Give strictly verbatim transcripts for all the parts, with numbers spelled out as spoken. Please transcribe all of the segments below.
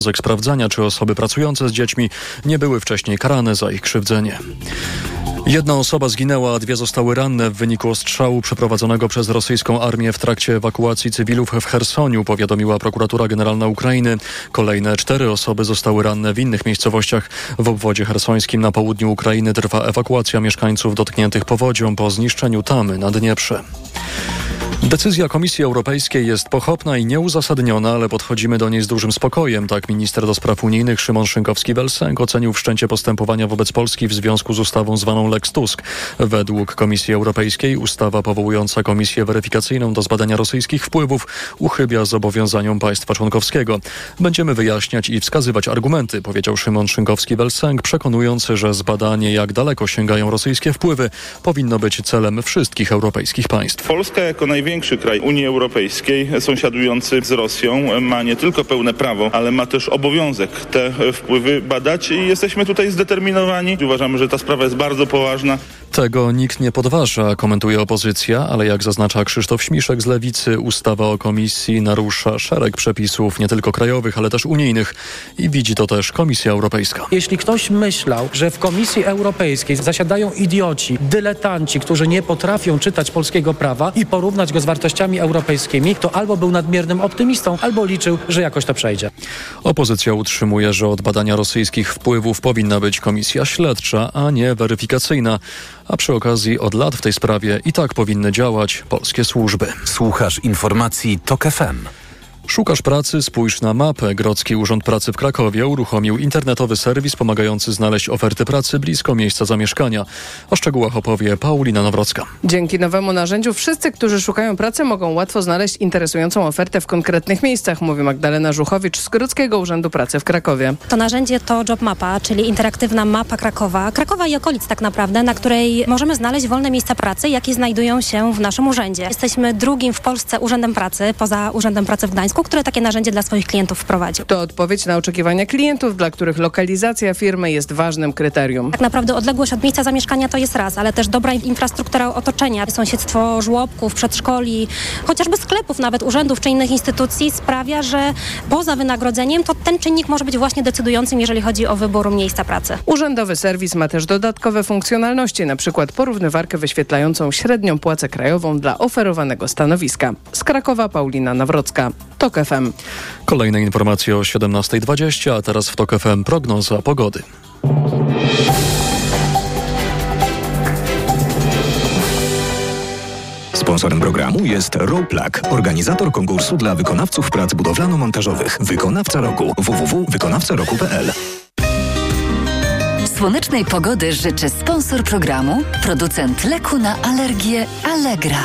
sprawdzania, czy osoby pracujące z dziećmi nie były wcześniej karane za ich krzywdzenie. Jedna osoba zginęła, a dwie zostały ranne w wyniku ostrzału przeprowadzonego przez rosyjską armię w trakcie ewakuacji cywilów w Chersoniu, powiadomiła prokuratura generalna Ukrainy. Kolejne cztery osoby zostały ranne w innych miejscowościach. W obwodzie chersońskim na południu Ukrainy trwa ewakuacja mieszkańców dotkniętych powodzią po zniszczeniu tamy na Dnieprze. Decyzja Komisji Europejskiej jest pochopna i nieuzasadniona, ale podchodzimy do niej z dużym spokojem. Tak minister do spraw unijnych Szymon Szynkowski-Welsenk ocenił wszczęcie postępowania wobec Polski w związku z ustawą zwaną Lex Tusk. Według Komisji Europejskiej ustawa powołująca Komisję Weryfikacyjną do zbadania rosyjskich wpływów uchybia zobowiązaniom państwa członkowskiego. Będziemy wyjaśniać i wskazywać argumenty, powiedział Szymon Szynkowski-Welsenk, przekonując, że zbadanie, jak daleko sięgają rosyjskie wpływy, powinno być celem wszystkich europejskich państw. Polska jako największa Największy kraj Unii Europejskiej, sąsiadujący z Rosją, ma nie tylko pełne prawo, ale ma też obowiązek te wpływy badać i jesteśmy tutaj zdeterminowani. Uważamy, że ta sprawa jest bardzo poważna. Tego nikt nie podważa, komentuje opozycja, ale jak zaznacza Krzysztof Śmiszek z Lewicy, ustawa o komisji narusza szereg przepisów nie tylko krajowych, ale też unijnych i widzi to też Komisja Europejska. Jeśli ktoś myślał, że w Komisji Europejskiej zasiadają idioci, dyletanci, którzy nie potrafią czytać polskiego prawa i porównać go z wartościami europejskimi, to albo był nadmiernym optymistą, albo liczył, że jakoś to przejdzie. Opozycja utrzymuje, że od badania rosyjskich wpływów powinna być komisja śledcza, a nie weryfikacyjna. A przy okazji od lat w tej sprawie i tak powinny działać polskie służby. Słuchasz informacji TOK F M. Szukasz pracy? Spójrz na mapę. Grodzki Urząd Pracy w Krakowie uruchomił internetowy serwis pomagający znaleźć oferty pracy blisko miejsca zamieszkania. O szczegółach opowie Paulina Nawrocka. Dzięki nowemu narzędziu wszyscy, którzy szukają pracy, mogą łatwo znaleźć interesującą ofertę w konkretnych miejscach, mówi Magdalena Żuchowicz z Grodzkiego Urzędu Pracy w Krakowie. To narzędzie to JobMapa, czyli interaktywna mapa Krakowa, Krakowa i okolic tak naprawdę, na której możemy znaleźć wolne miejsca pracy, jakie znajdują się w naszym urzędzie. Jesteśmy drugim w Polsce Urzędem Pracy, poza Urzędem Pracy w Gdańsku, które takie narzędzie dla swoich klientów wprowadził. To odpowiedź na oczekiwania klientów, dla których lokalizacja firmy jest ważnym kryterium. Tak naprawdę odległość od miejsca zamieszkania to jest raz, ale też dobra infrastruktura otoczenia, sąsiedztwo żłobków, przedszkoli, chociażby sklepów, nawet urzędów czy innych instytucji sprawia, że poza wynagrodzeniem to ten czynnik może być właśnie decydującym, jeżeli chodzi o wybór miejsca pracy. Urzędowy serwis ma też dodatkowe funkcjonalności, na przykład porównywarkę wyświetlającą średnią płacę krajową dla oferowanego stanowiska. Z Krakowa Paulina Nawrocka. TOK F M. Kolejne informacje o siedemnasta dwadzieścia, a teraz w TOK F M prognoza pogody. Sponsorem programu jest Roplak, organizator konkursu dla wykonawców prac budowlano-montażowych. Wykonawca roku w w w kropka wykonawca roku kropka p l. Słonecznej pogody życzy sponsor programu, producent leku na alergię Allegra.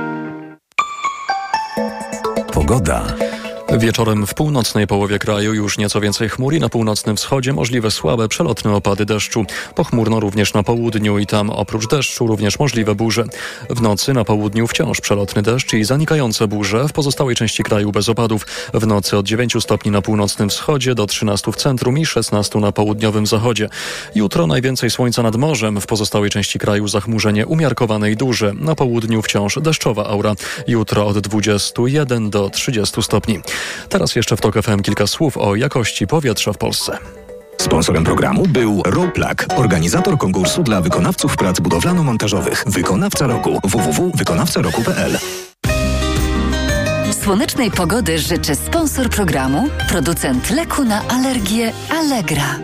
Pogoda. Wieczorem w północnej połowie kraju już nieco więcej chmur i na północnym wschodzie możliwe słabe, przelotne opady deszczu. Pochmurno również na południu i tam oprócz deszczu również możliwe burze. W nocy na południu wciąż przelotny deszcz i zanikające burze, w pozostałej części kraju bez opadów. W nocy od dziewięciu stopni na północnym wschodzie do trzynastu w centrum i szesnastu na południowym zachodzie. Jutro najwięcej słońca nad morzem, w pozostałej części kraju zachmurzenie umiarkowane i duże. Na południu wciąż deszczowa aura. Jutro od dwudziestu jeden do trzydziestu stopni. Teraz jeszcze w TOK F M kilka słów o jakości powietrza w Polsce. Sponsorem programu był Roplak, organizator konkursu dla wykonawców prac budowlano-montażowych. Wykonawca roku w w w kropka wykonawca roku kropka p l. Słonecznej pogody życzy sponsor programu, producent leku na alergię Allegra.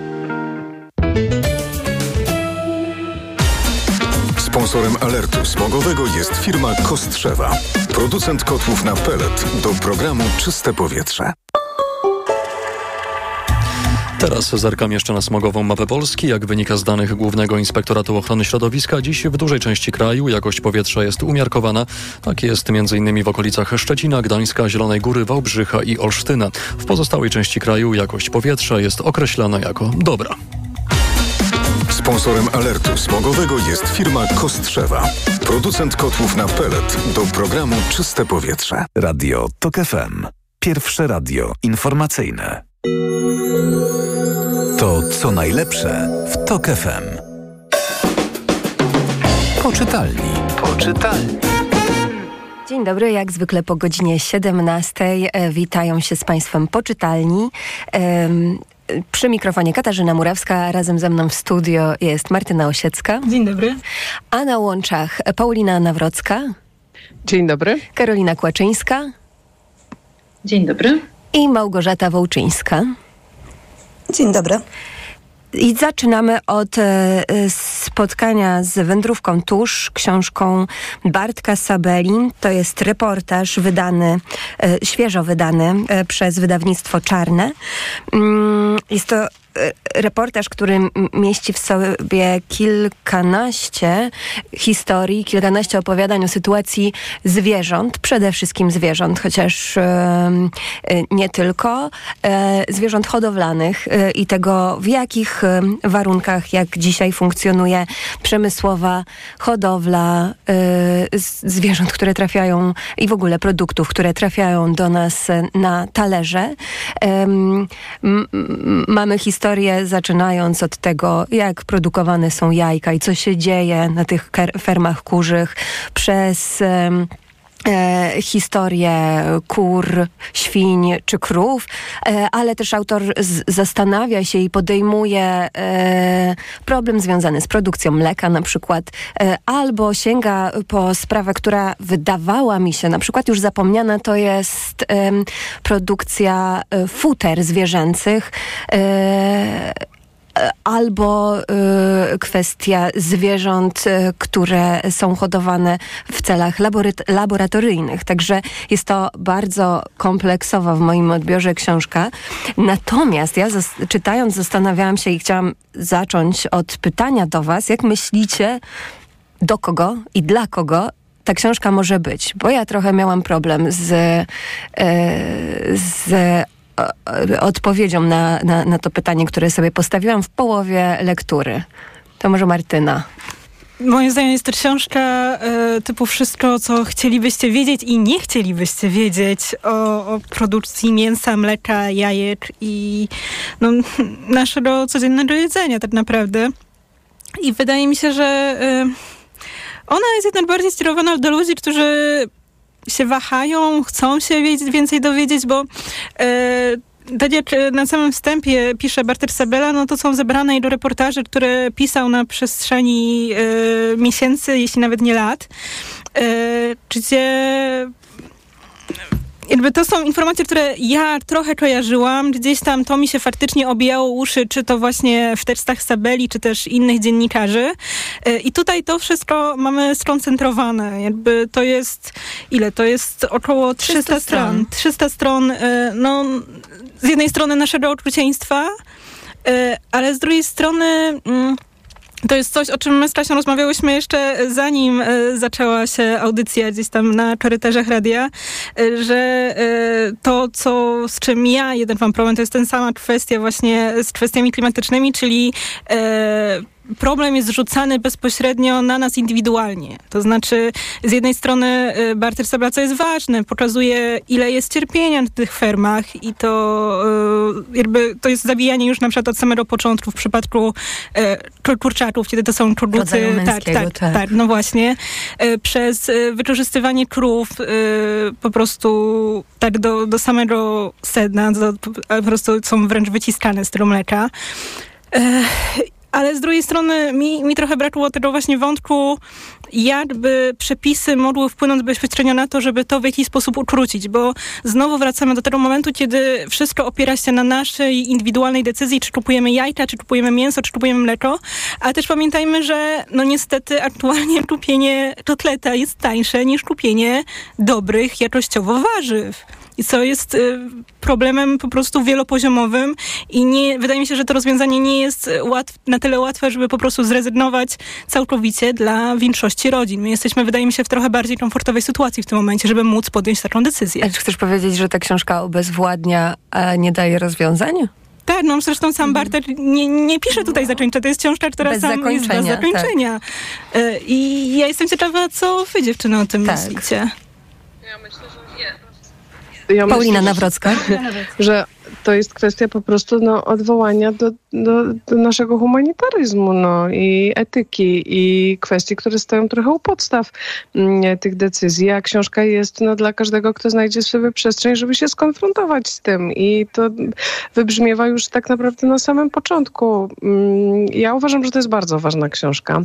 Sponsorem alertu smogowego jest firma Kostrzewa, producent kotłów na pelet do programu Czyste Powietrze. Teraz zerkam jeszcze na smogową mapę Polski. Jak wynika z danych Głównego Inspektoratu Ochrony Środowiska, dziś w dużej części kraju jakość powietrza jest umiarkowana. Tak jest m.in. w okolicach Szczecina, Gdańska, Zielonej Góry, Wałbrzycha i Olsztyna. W pozostałej części kraju jakość powietrza jest określana jako dobra. Sponsorem alertu smogowego jest firma Kostrzewa, producent kotłów na pelet do programu Czyste Powietrze. Radio TOK F M. Pierwsze radio informacyjne. To co najlepsze w TOK F M. Poczytalni. Poczytalni. Dzień Dzień dobry, jak zwykle po godzinie siedemnastej witają się z Państwem poczytalni. Przy mikrofonie Katarzyna Murawska, razem ze mną w studio jest Martyna Osiecka. Dzień dobry. A na łączach Paulina Nawrocka. Dzień dobry. Karolina Kłaczyńska. Dzień dobry. I Małgorzata Wołczyńska. Dzień dobry. I zaczynamy od e, spotkania z Wędrówką Tusz, książką Bartka Sabeli. To jest reportaż wydany, e, świeżo wydany e, przez wydawnictwo Czarne. Mm, jest to reportaż, który mieści w sobie kilkanaście historii, kilkanaście opowiadań o sytuacji zwierząt, przede wszystkim zwierząt, chociaż e, nie tylko, e, zwierząt hodowlanych e, i tego, w jakich e, warunkach, jak dzisiaj funkcjonuje przemysłowa hodowla e, zwierząt, które trafiają i w ogóle produktów, które trafiają do nas na talerze. E, m, m, mamy historię zaczynając od tego, jak produkowane są jajka i co się dzieje na tych fermach kurzych, przez e, historię kur, świń czy krów, e, ale też autor z, zastanawia się i podejmuje e, problem związany z produkcją mleka na przykład, e, albo sięga po sprawę, która wydawała mi się na przykład już zapomniana, to jest e, produkcja e, futer zwierzęcych, e, albo y, kwestia zwierząt, y, które są hodowane w celach labory- laboratoryjnych. Także jest to bardzo kompleksowa w moim odbiorze książka. Natomiast ja zas- czytając zastanawiałam się i chciałam zacząć od pytania do was, jak myślicie, do kogo i dla kogo ta książka może być? Bo ja trochę miałam problem z, y, z odpowiedzią na, na, na to pytanie, które sobie postawiłam w połowie lektury. To może Martyna. Moim zdaniem jest to książka e, typu wszystko, co chcielibyście wiedzieć i nie chcielibyście wiedzieć o, o produkcji mięsa, mleka, jajek i no, naszego codziennego jedzenia tak naprawdę. I wydaje mi się, że e, ona jest jednak bardziej skierowana do ludzi, którzy się wahają, chcą się wiedzieć, więcej dowiedzieć, bo e, tak jak na samym wstępie pisze Bartek Sabela, no to są zebrane jego reportaże, które pisał na przestrzeni e, miesięcy, jeśli nawet nie lat, e, gdzie jakby to są informacje, które ja trochę kojarzyłam. Gdzieś tam to mi się faktycznie obijało uszy, czy to właśnie w tekstach Sabeli, czy też innych dziennikarzy. I tutaj to wszystko mamy skoncentrowane. Jakby to jest, ile? To jest około trzysta stron. trzysta stron, no z jednej strony naszego okrucieństwa, ale z drugiej strony to jest coś, o czym my z Kasią rozmawiałyśmy jeszcze zanim e, zaczęła się audycja gdzieś tam na korytarzach radia, e, że e, to, co, z czym ja jeden mam problem, to jest ten sama kwestia właśnie z kwestiami klimatycznymi, czyli e, problem jest rzucany bezpośrednio na nas indywidualnie. To znaczy, z jednej strony Bartek Sabela, co jest ważne, pokazuje, ile jest cierpienia na tych fermach i to jakby to jest zabijanie już na przykład od samego początku w przypadku e, kurczaków, kiedy to są koguty. Tak, tak, tak, tak, no właśnie. E, przez e, wykorzystywanie krów e, po prostu tak do, do samego sedna, do, po prostu są wręcz wyciskane z tego mleka. E, Ale z drugiej strony mi, mi trochę brakło tego właśnie wątku, jakby przepisy mogły wpłynąć bezpośrednio na to, żeby to w jakiś sposób ukrócić, bo znowu wracamy do tego momentu, kiedy wszystko opiera się na naszej indywidualnej decyzji, czy kupujemy jajka, czy kupujemy mięso, czy kupujemy mleko, ale też pamiętajmy, że no niestety aktualnie kupienie kotleta jest tańsze niż kupienie dobrych jakościowo warzyw. I co jest y, problemem po prostu wielopoziomowym i nie, wydaje mi się, że to rozwiązanie nie jest łatw, na tyle łatwe, żeby po prostu zrezygnować całkowicie dla większości rodzin. My jesteśmy, wydaje mi się, w trochę bardziej komfortowej sytuacji w tym momencie, żeby móc podjąć taką decyzję. Ale czy chcesz powiedzieć, że ta książka obezwładnia, a nie daje rozwiązań? Tak, no zresztą sam Bartek nie, nie pisze tutaj zakończenia. To jest książka, która bez sam zakończenia, jest bez zakończenia. Tak. I ja jestem ciekawa, co wy dziewczyny o tym tak. myślicie. Ja Paulina myślę, Nawrocka. że, że to jest kwestia po prostu no, odwołania do, do, do naszego humanitaryzmu no, i etyki i kwestii, które stoją trochę u podstaw m, tych decyzji, a książka jest no, dla każdego, kto znajdzie sobie przestrzeń, żeby się skonfrontować z tym i to wybrzmiewa już tak naprawdę na samym początku. Ja uważam, że to jest bardzo ważna książka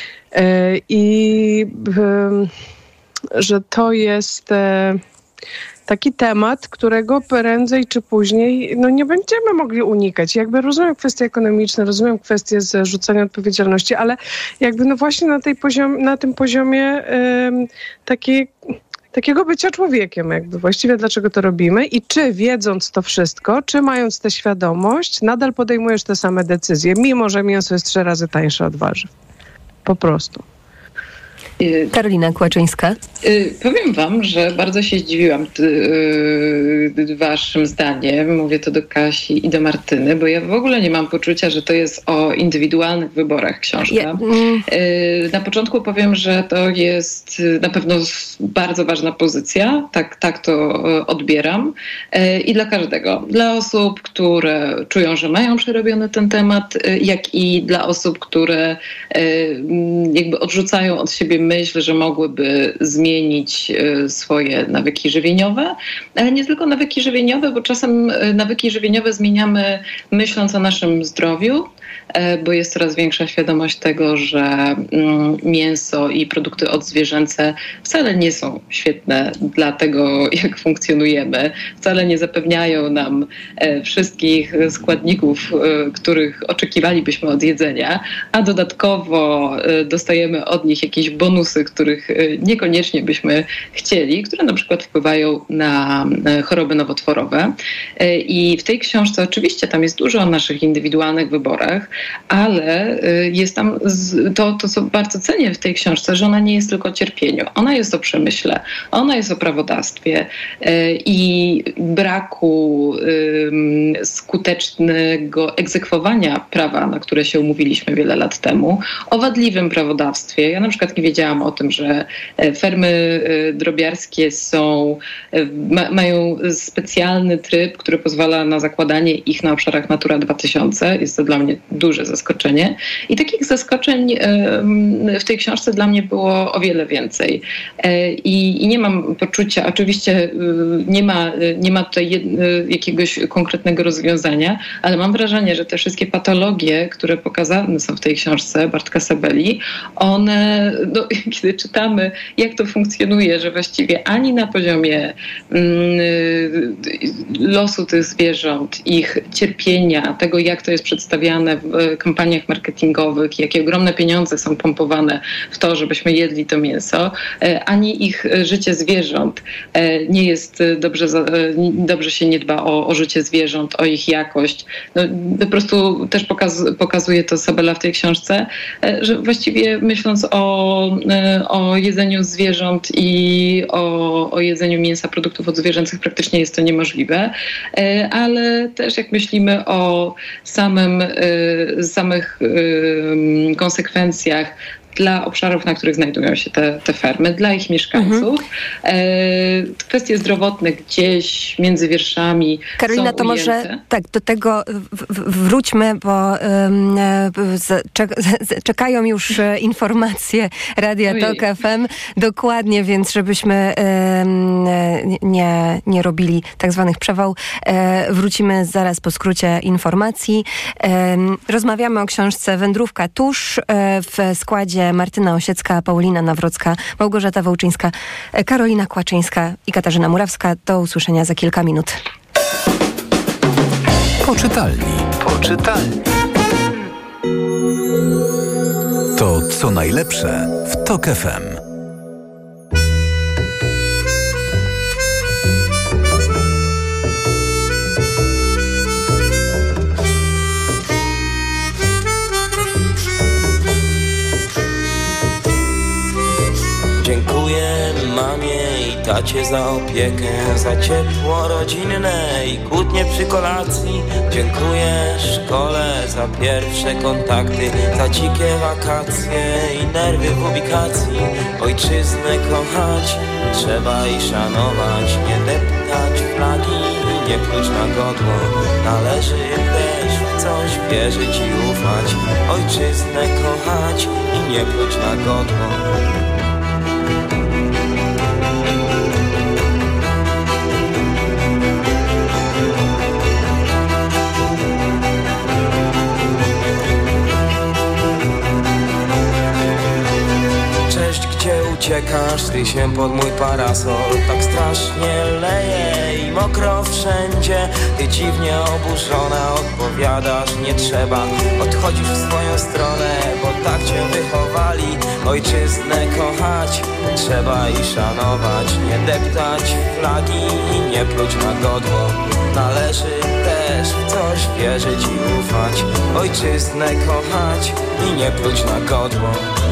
i że to jest taki temat, którego prędzej czy później no nie będziemy mogli unikać. Jakby rozumiem kwestie ekonomiczne, rozumiem kwestie zrzucania odpowiedzialności, ale jakby no właśnie na, tej poziom, na tym poziomie ym, takiej takiego bycia człowiekiem, jakby właściwie dlaczego to robimy i czy wiedząc to wszystko, czy mając tę świadomość, nadal podejmujesz te same decyzje, mimo że mięso jest trzy razy tańsze od warzyw. Po prostu. Karolina Kłaczyńska. Powiem wam, że bardzo się zdziwiłam yy, waszym zdaniem, mówię to do Kasi i do Martyny, bo ja w ogóle nie mam poczucia, że to jest o indywidualnych wyborach książka. Yeah. Yy, na początku powiem, że to jest na pewno bardzo ważna pozycja, tak, tak to odbieram yy, i dla każdego. Dla osób, które czują, że mają przerobiony ten temat, yy, jak i dla osób, które yy, jakby odrzucają od siebie myśl, że mogłyby zmienić swoje nawyki żywieniowe, ale nie tylko nawyki żywieniowe, bo czasem nawyki żywieniowe zmieniamy myśląc o naszym zdrowiu, bo jest coraz większa świadomość tego, że mięso i produkty odzwierzęce wcale nie są świetne dla tego, jak funkcjonujemy. Wcale nie zapewniają nam wszystkich składników, których oczekiwalibyśmy od jedzenia, a dodatkowo dostajemy od nich jakieś bonusy, których niekoniecznie byśmy chcieli, które na przykład wpływają na choroby nowotworowe. I w tej książce oczywiście tam jest dużo o naszych indywidualnych wyborach, ale jest tam to, to, co bardzo cenię w tej książce, że ona nie jest tylko o cierpieniu. Ona jest o przemyśle, ona jest o prawodawstwie i braku skutecznego egzekwowania prawa, na które się umówiliśmy wiele lat temu, o wadliwym prawodawstwie. Ja na przykład nie wiedziałam o tym, że fermy drobiarskie są, ma, mają specjalny tryb, który pozwala na zakładanie ich na obszarach Natura dwa tysiące. Jest to dla mnie duże zaskoczenie. I takich zaskoczeń w tej książce dla mnie było o wiele więcej. I, i nie mam poczucia, oczywiście nie ma, nie ma tutaj jed, jakiegoś konkretnego rozwiązania, ale mam wrażenie, że te wszystkie patologie, które pokazane są w tej książce Bartka Sabeli, one, no, kiedy czytamy, jak to funkcjonuje, że właściwie ani na poziomie mm, losu tych zwierząt, ich cierpienia, tego, jak to jest przedstawiane w kampaniach marketingowych, jakie ogromne pieniądze są pompowane w to, żebyśmy jedli to mięso, ani ich życie zwierząt nie jest dobrze, dobrze się nie dba o, o życie zwierząt, o ich jakość. No, po prostu też pokaz, pokazuje to Sabela w tej książce, że właściwie myśląc o, o jedzeniu zwierząt i o, o jedzeniu mięsa, produktów odzwierzęcych, praktycznie jest to niemożliwe, ale też jak myślimy o samym, samych konsekwencjach dla obszarów, na których znajdują się te, te fermy, dla ich mieszkańców. Mhm. E, kwestie zdrowotne gdzieś między wierszami Karolina, są to ujęte. może tak, do tego w, w, wróćmy, bo um, z, czek, z, czekają już informacje Radia Tok F M. Dokładnie, więc żebyśmy um, nie, nie robili tak zwanych przewał. E, wrócimy zaraz po skrócie informacji. E, rozmawiamy o książce Wędrówka tusz e, w składzie Martyna Osiecka, Paulina Nawrocka, Małgorzata Wołczyńska, Karolina Kłaczyńska i Katarzyna Murawska. Do usłyszenia za kilka minut. Poczytalni. Poczytalni. To co najlepsze w Tok F M. Dziękuję mamie i tacie za opiekę, za ciepło rodzinne i kłótnie przy kolacji. Dziękuję szkole za pierwsze kontakty, za dzikie wakacje i nerwy w ubikacji. Ojczyznę kochać trzeba i szanować, nie deptać flagi i nie pluć na godło. Należy też w coś wierzyć i ufać, ojczyznę kochać i nie pluć na godło. Uciekasz, ty się pod mój parasol, tak strasznie leje i mokro wszędzie. Ty dziwnie oburzona odpowiadasz, nie trzeba, odchodzisz w swoją stronę, bo tak cię wychowali. Ojczyznę kochać trzeba i szanować, nie deptać flagi i nie pluć na godło. Należy też w coś wierzyć i ufać, ojczyznę kochać i nie pluć na godło.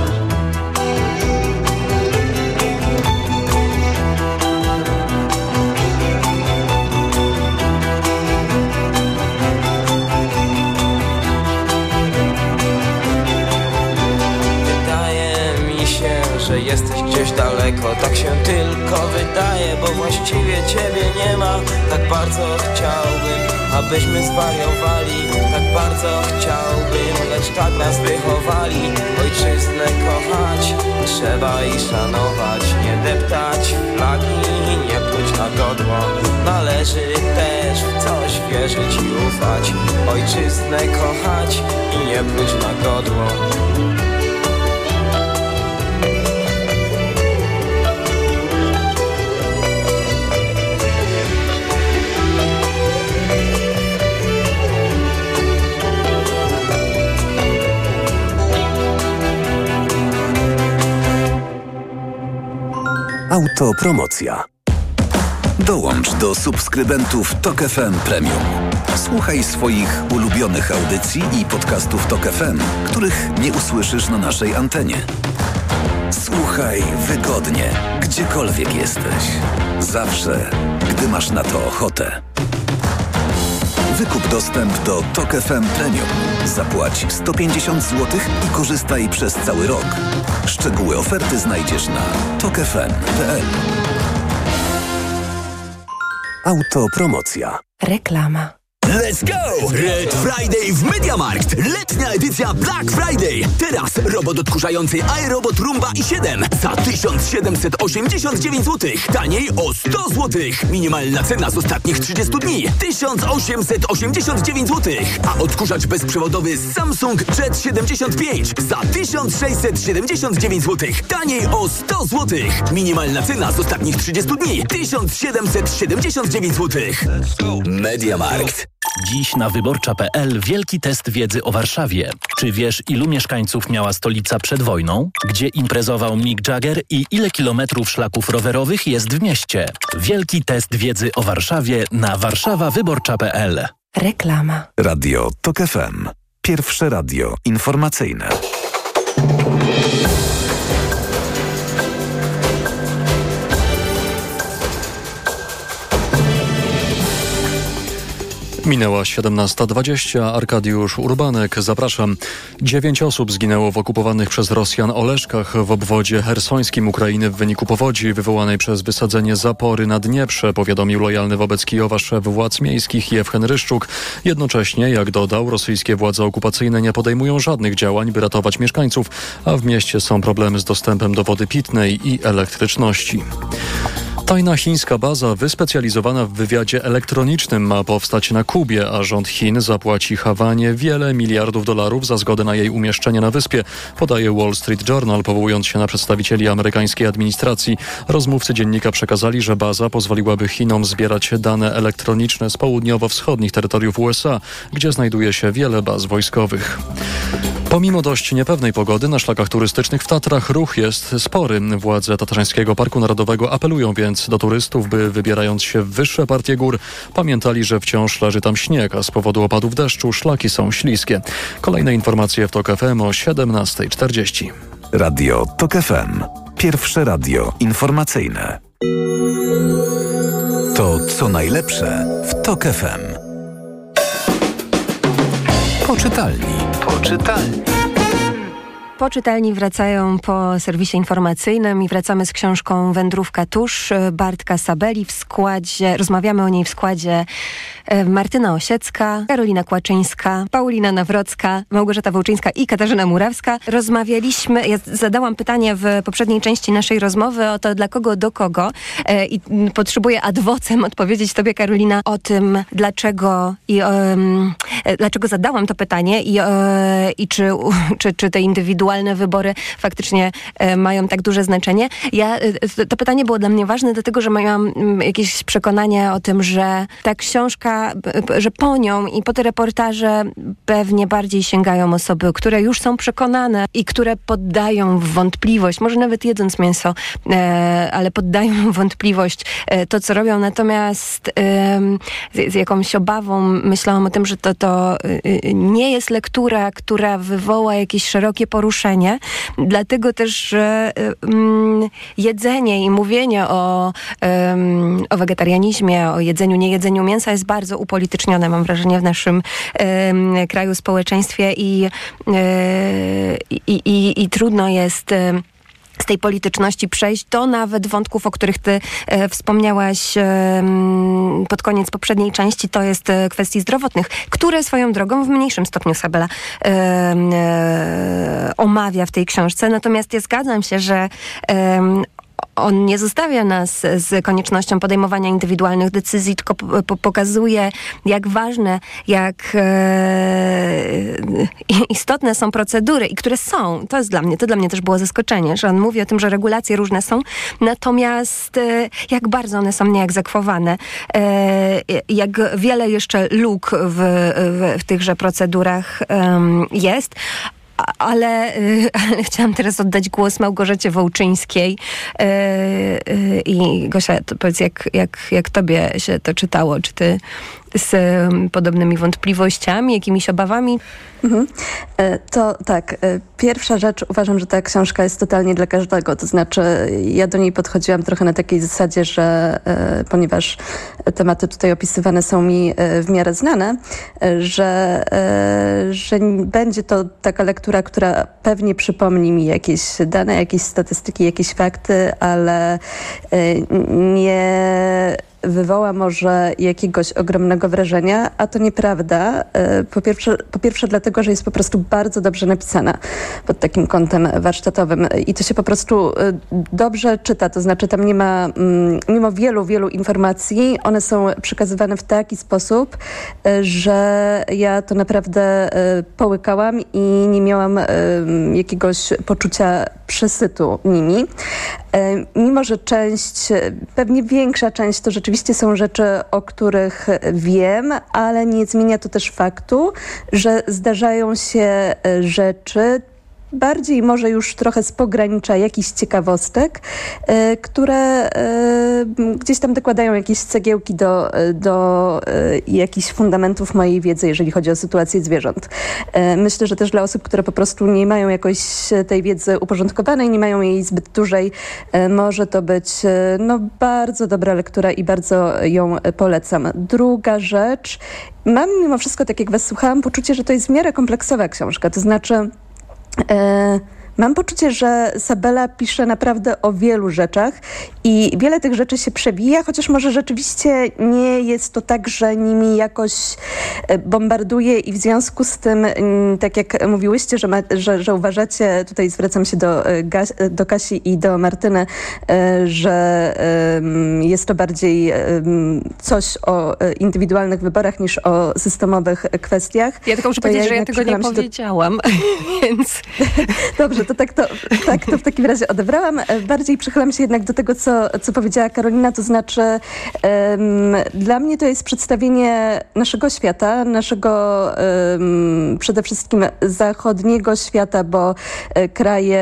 Że jesteś gdzieś daleko, tak się tylko wydaje, bo właściwie ciebie nie ma. Tak bardzo chciałbym, abyśmy zwariowali, tak bardzo chciałbym, lecz tak nas wychowali. Ojczyznę kochać trzeba i szanować, nie deptać flagi i nie pluć na godło. Należy też w coś wierzyć i ufać, ojczyznę kochać i nie pluć na godło. Autopromocja. Dołącz do subskrybentów Tok F M Premium. Słuchaj swoich ulubionych audycji i podcastów Tok F M, których nie usłyszysz na naszej antenie. Słuchaj wygodnie, gdziekolwiek jesteś. Zawsze, gdy masz na to ochotę. Wykup dostęp do Tok F M Premium. Zapłać sto pięćdziesiąt złotych i korzystaj przez cały rok. Szczegóły oferty znajdziesz na tok f m kropka p l. Autopromocja. Reklama. Let's go! Red Friday w MediaMarkt. Letnia edycja Black Friday. Teraz robot odkurzający iRobot Roomba i siedem za tysiąc siedemset osiemdziesiąt dziewięć złotych. Taniej o sto złotych. Minimalna cena z ostatnich trzydziestu dni. tysiąc osiemset osiemdziesiąt dziewięć złotych. A odkurzacz bezprzewodowy Samsung Jet siedemdziesiąt pięć za tysiąc sześćset siedemdziesiąt dziewięć złotych. Taniej o sto złotych. Minimalna cena z ostatnich trzydziestu dni. tysiąc siedemset siedemdziesiąt dziewięć złotych. MediaMarkt. Dziś na wyborcza kropka p l wielki test wiedzy o Warszawie. Czy wiesz, ilu mieszkańców miała stolica przed wojną? Gdzie imprezował Mick Jagger i ile kilometrów szlaków rowerowych jest w mieście? Wielki test wiedzy o Warszawie na warszawa wyborcza kropka p l. Reklama. Radio Tok F M. Pierwsze radio informacyjne. Minęła siedemnasta dwadzieścia. Arkadiusz Urbanek, zapraszam. Dziewięć osób zginęło w okupowanych przez Rosjan Oleszkach w obwodzie hersońskim Ukrainy w wyniku powodzi wywołanej przez wysadzenie zapory na Dnieprze, powiadomił lojalny wobec Kijowa szef władz miejskich Jewchen Ryszczuk. Jednocześnie, jak dodał, rosyjskie władze okupacyjne nie podejmują żadnych działań, by ratować mieszkańców, a w mieście są problemy z dostępem do wody pitnej i elektryczności. Tajna chińska baza wyspecjalizowana w wywiadzie elektronicznym ma powstać na Kubie, a rząd Chin zapłaci Hawanie wiele miliardów dolarów za zgodę na jej umieszczenie na wyspie, podaje Wall Street Journal, powołując się na przedstawicieli amerykańskiej administracji. Rozmówcy dziennika przekazali, że baza pozwoliłaby Chinom zbierać dane elektroniczne z południowo-wschodnich terytoriów U S A, gdzie znajduje się wiele baz wojskowych. Pomimo dość niepewnej pogody na szlakach turystycznych w Tatrach ruch jest spory. Władze Tatrzańskiego Parku Narodowego apelują więc do turystów, by wybierając się w wyższe partie gór, pamiętali, że wciąż leży tam śnieg, a z powodu opadów deszczu szlaki są śliskie. Kolejne informacje w Tok F M o siedemnasta czterdzieści. Radio Tok F M. Pierwsze radio informacyjne. To co najlepsze w Tok F M. Poczytalni. Poczytalni. Po czytelni wracają po serwisie informacyjnym i wracamy z książką Wędrówka tusz Bartka Sabeli w składzie, rozmawiamy o niej w składzie Martyna Osiecka, Karolina Kłaczyńska, Paulina Nawrocka, Małgorzata Wołczyńska i Katarzyna Murawska. Rozmawialiśmy, ja zadałam pytanie w poprzedniej części naszej rozmowy o to dla kogo, do kogo i potrzebuję ad vocem odpowiedzieć tobie, Karolina, o tym dlaczego i um, dlaczego zadałam to pytanie i, um, i czy, czy, czy te indywidualne wybory faktycznie um, mają tak duże znaczenie. Ja, to, to pytanie było dla mnie ważne, dlatego że miałam um, jakieś przekonanie o tym, że ta książka, że po nią i po te reportaże pewnie bardziej sięgają osoby, które już są przekonane i które poddają w wątpliwość, może nawet jedząc mięso, e, ale poddają w wątpliwość e, to, co robią. Natomiast e, z, z jakąś obawą myślałam o tym, że to, to e, nie jest lektura, która wywoła jakieś szerokie poruszenie. Dlatego też, że e, m, jedzenie i mówienie o, e, o wegetarianizmie, o jedzeniu, niejedzeniu mięsa jest bardzo bardzo upolitycznione, mam wrażenie, w naszym e, kraju, społeczeństwie i, e, i, i, i trudno jest e, z tej polityczności przejść do nawet wątków, o których ty e, wspomniałaś e, pod koniec poprzedniej części, to jest e, kwestii zdrowotnych, które swoją drogą w mniejszym stopniu Sabela e, e, omawia w tej książce. Natomiast ja zgadzam się, że e, on nie zostawia nas z koniecznością podejmowania indywidualnych decyzji, tylko po- pokazuje, jak ważne, jak e, istotne są procedury i które są. To jest dla mnie, to dla mnie też było zaskoczenie, że on mówi o tym, że regulacje różne są, natomiast e, jak bardzo one są nieegzekwowane, e, jak wiele jeszcze luk w, w, w tychże procedurach e, jest. Ale, ale chciałam teraz oddać głos Małgorzacie Wołczyńskiej. Yy, yy, I Gosia, to powiedz, jak, jak, jak tobie się to czytało? Czy ty z um, podobnymi wątpliwościami, jakimiś obawami? Mhm. To tak, pierwsza rzecz, uważam, że ta książka jest totalnie dla każdego, to znaczy ja do niej podchodziłam trochę na takiej zasadzie, że e, ponieważ tematy tutaj opisywane są mi e, w miarę znane, e, że, e, że będzie to taka lektura, która pewnie przypomni mi jakieś dane, jakieś statystyki, jakieś fakty, ale e, nie wywoła może jakiegoś ogromnego wrażenia, a to nieprawda. Po pierwsze, po pierwsze dlatego, że jest po prostu bardzo dobrze napisana pod takim kątem warsztatowym i to się po prostu dobrze czyta, to znaczy tam nie ma, mimo wielu, wielu informacji, one są przekazywane w taki sposób, że ja to naprawdę połykałam i nie miałam jakiegoś poczucia przesytu nimi. Mimo że część, pewnie większa część to rzeczywiście są rzeczy, o których wiem, ale nie zmienia to też faktu, że zdarzają się rzeczy, bardziej może już trochę z pogranicza jakichś ciekawostek, y, które y, gdzieś tam dokładają jakieś cegiełki do, do y, jakichś fundamentów mojej wiedzy, jeżeli chodzi o sytuację zwierząt. Y, myślę, że też dla osób, które po prostu nie mają jakoś tej wiedzy uporządkowanej, nie mają jej zbyt dużej, y, może to być y, no, bardzo dobra lektura i bardzo ją polecam. Druga rzecz, mam mimo wszystko, tak jak was słuchałam, poczucie, że to jest w miarę kompleksowa książka, to znaczy E, mam poczucie, że Sabela pisze naprawdę o wielu rzeczach i wiele tych rzeczy się przewija, chociaż może rzeczywiście nie jest to tak, że nimi jakoś bombarduje i w związku z tym, tak jak mówiłyście, że, ma, że, że uważacie, tutaj zwracam się do, do Kasi i do Martyny, że jest to bardziej coś o indywidualnych wyborach niż o systemowych kwestiach. Ja tylko muszę powiedzieć, ja że ja tego nie powiedziałam, do... więc... Dobrze, to tak to, tak to w takim razie odebrałam. Bardziej przychylam się jednak do tego, co, co powiedziała Karolina, to znaczy um, dla mnie to jest przedstawienie naszego świata, naszego um, przede wszystkim zachodniego świata, bo e, kraje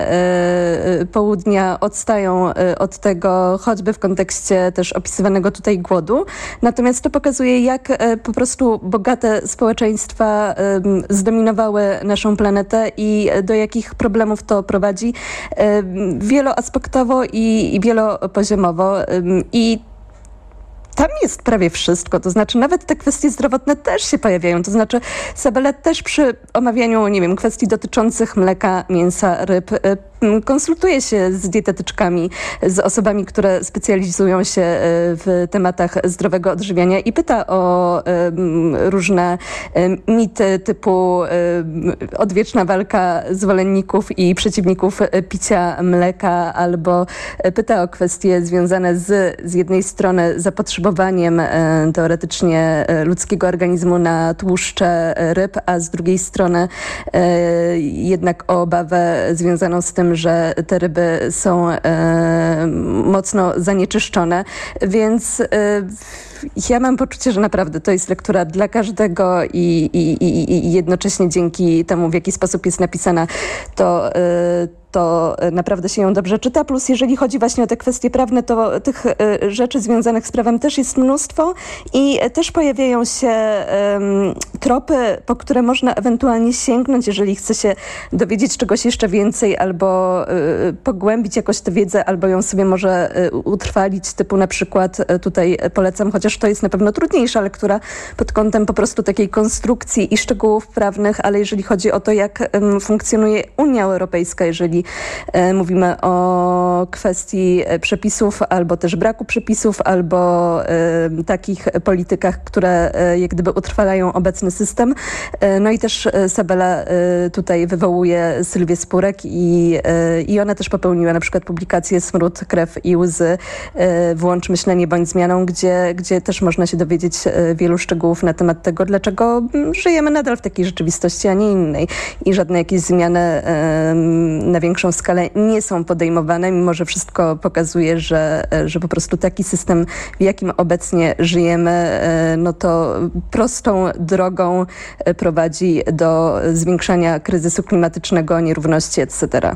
e, południa odstają e, od tego, choćby w kontekście też opisywanego tutaj głodu. Natomiast to pokazuje, jak e, po prostu bogate społeczeństwa e, zdominowały naszą planetę i do jakich problemów to prowadzi wieloaspektowo i, i wielopoziomowo. I tam jest prawie wszystko, to znaczy nawet te kwestie zdrowotne też się pojawiają, to znaczy Sabela też przy omawianiu, nie wiem, kwestii dotyczących mleka, mięsa, ryb konsultuje się z dietetyczkami, z osobami, które specjalizują się w tematach zdrowego odżywiania i pyta o um, różne um, mity typu um, odwieczna walka zwolenników i przeciwników picia mleka, albo pyta o kwestie związane z z jednej strony zapotrzebowaniem e, teoretycznie e, ludzkiego organizmu na tłuszcze ryb, a z drugiej strony e, jednak o obawę związaną z tym, że te ryby są e, mocno zanieczyszczone, więc e, ja mam poczucie, że naprawdę to jest lektura dla każdego i, i, i, i jednocześnie dzięki temu, w jaki sposób jest napisana, to e, to naprawdę się ją dobrze czyta. Plus jeżeli chodzi właśnie o te kwestie prawne, to tych y, rzeczy związanych z prawem też jest mnóstwo i też pojawiają się y, tropy, po które można ewentualnie sięgnąć, jeżeli chce się dowiedzieć czegoś jeszcze więcej albo y, pogłębić jakoś tę wiedzę, albo ją sobie może y, utrwalić, typu na przykład y, tutaj polecam, chociaż to jest na pewno trudniejsza lektura pod kątem po prostu takiej konstrukcji i szczegółów prawnych, ale jeżeli chodzi o to, jak y, funkcjonuje Unia Europejska, jeżeli mówimy o kwestii przepisów albo też braku przepisów, albo y, takich politykach, które y, jak gdyby utrwalają obecny system. Y, no i też Sabela y, tutaj wywołuje Sylwię Spurek i, y, i ona też popełniła na przykład publikację Smród, krew i łzy, y, włącz myślenie bądź zmianą, gdzie, gdzie też można się dowiedzieć y, wielu szczegółów na temat tego, dlaczego żyjemy nadal w takiej rzeczywistości, a nie innej i żadne jakieś zmiany y, na większą skalę nie są podejmowane, mimo że wszystko pokazuje, że, że po prostu taki system, w jakim obecnie żyjemy, no to prostą drogą prowadzi do zwiększania kryzysu klimatycznego, nierówności, et cetera.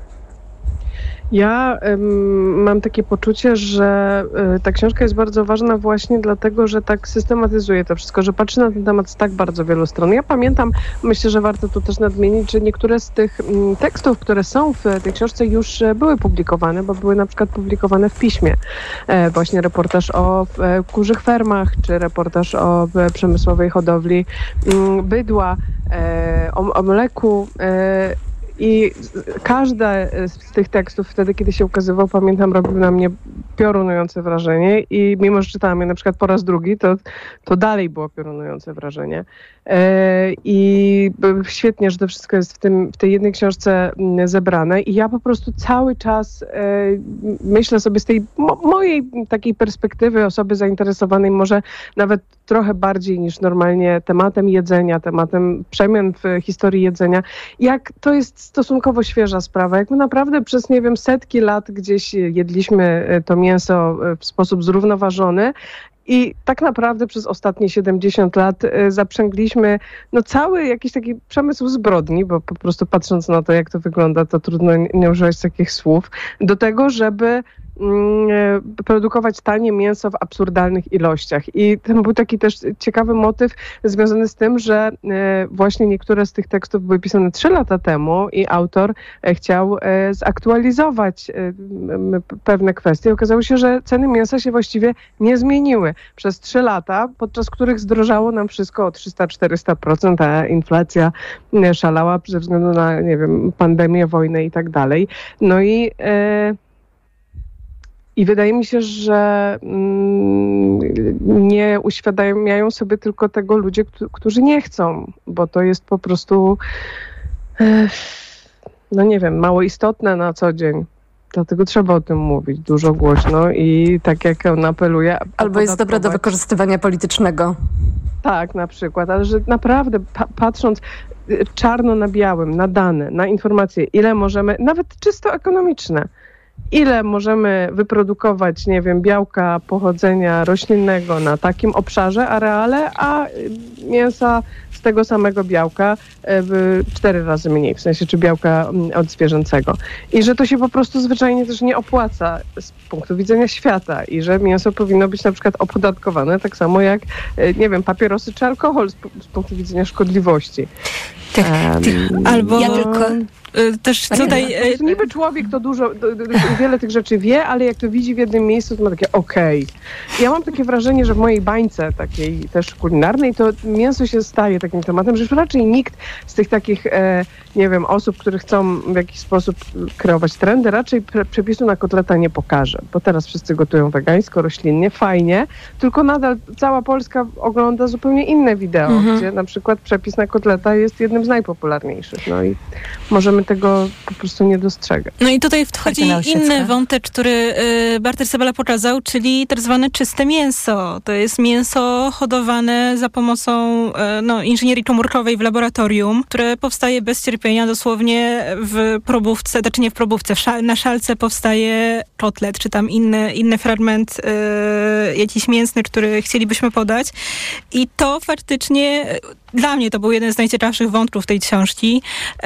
Ja ym, mam takie poczucie, że y, ta książka jest bardzo ważna właśnie dlatego, że tak systematyzuje to wszystko, że patrzy na ten temat z tak bardzo wielu stron. Ja pamiętam, myślę, że warto tu też nadmienić, że niektóre z tych y, tekstów, które są w tej książce, już y, były publikowane, bo były na przykład publikowane w piśmie. E, właśnie reportaż o e, kurzych fermach, czy reportaż o e, przemysłowej hodowli y, bydła, e, o, o mleku. E, I każde z tych tekstów wtedy, kiedy się ukazywał, pamiętam, robił na mnie piorunujące wrażenie i mimo, że czytałam je na przykład po raz drugi, to, to dalej było piorunujące wrażenie. E, I świetnie, że to wszystko jest w, tym, w tej jednej książce zebrane i ja po prostu cały czas e, myślę sobie z tej mo- mojej takiej perspektywy osoby zainteresowanej może nawet trochę bardziej niż normalnie tematem jedzenia, tematem przemian w historii jedzenia, jak to jest stosunkowo świeża sprawa. Jak my naprawdę przez, nie wiem, setki lat gdzieś jedliśmy to mięso w sposób zrównoważony i tak naprawdę przez ostatnie siedemdziesiąt lat zaprzęgliśmy no, cały jakiś taki przemysł zbrodni, bo po prostu patrząc na to, jak to wygląda, to trudno nie używać takich słów, do tego, żeby produkować tanie mięso w absurdalnych ilościach. I to był taki też ciekawy motyw związany z tym, że właśnie niektóre z tych tekstów były pisane trzy lata temu i autor chciał zaktualizować pewne kwestie. Okazało się, że ceny mięsa się właściwie nie zmieniły przez trzy lata, podczas których zdrożało nam wszystko o trzysta do czterystu procent, a inflacja szalała ze względu na, nie wiem, pandemię, wojnę i tak dalej. No i e, I wydaje mi się, że mm, nie uświadamiają sobie tylko tego ludzie, k- którzy nie chcą, bo to jest po prostu, e, no nie wiem, mało istotne na co dzień. Dlatego trzeba o tym mówić dużo głośno i tak jak on apeluje... Albo jest dobre do wykorzystywania politycznego. Tak, na przykład, ale że naprawdę pa- patrząc czarno na białym, na dane, na informacje, ile możemy, nawet czysto ekonomiczne, ile możemy wyprodukować, nie wiem, białka pochodzenia roślinnego na takim obszarze, areale, a mięsa z tego samego białka w cztery razy mniej, w sensie czy białka od zwierzęcego. I że to się po prostu zwyczajnie też nie opłaca z punktu widzenia świata i że mięso powinno być na przykład opodatkowane tak samo jak, nie wiem, papierosy czy alkohol z, z punktu widzenia szkodliwości. Tak, um, albo... Ja tylko... też tutaj... Nie, niby człowiek to dużo, wiele tych rzeczy wie, ale jak to widzi w jednym miejscu, to ma takie okej. Okay. Ja mam takie wrażenie, że w mojej bańce takiej też kulinarnej, to mięso się staje takim tematem, że raczej nikt z tych takich, e, nie wiem, osób, które chcą w jakiś sposób kreować trendy, raczej pre- przepisu na kotleta nie pokaże, bo teraz wszyscy gotują wegańsko, roślinnie, fajnie, tylko nadal cała Polska ogląda zupełnie inne wideo, mhm. gdzie na przykład przepis na kotleta jest jednym z najpopularniejszych. No i możemy tego po prostu nie dostrzegać. No i tutaj wchodzi inny wątek, który y, Bartel Sabala pokazał, czyli tak zwane czyste mięso. To jest mięso hodowane za pomocą y, no, inżynierii komórkowej w laboratorium, które powstaje bez cierpienia, dosłownie w probówce, znaczy nie w probówce, w szal, na szalce powstaje kotlet, czy tam inny, inny fragment y, jakiś mięsny, który chcielibyśmy podać. I to faktycznie, dla mnie to był jeden z najciekawszych wątków tej książki.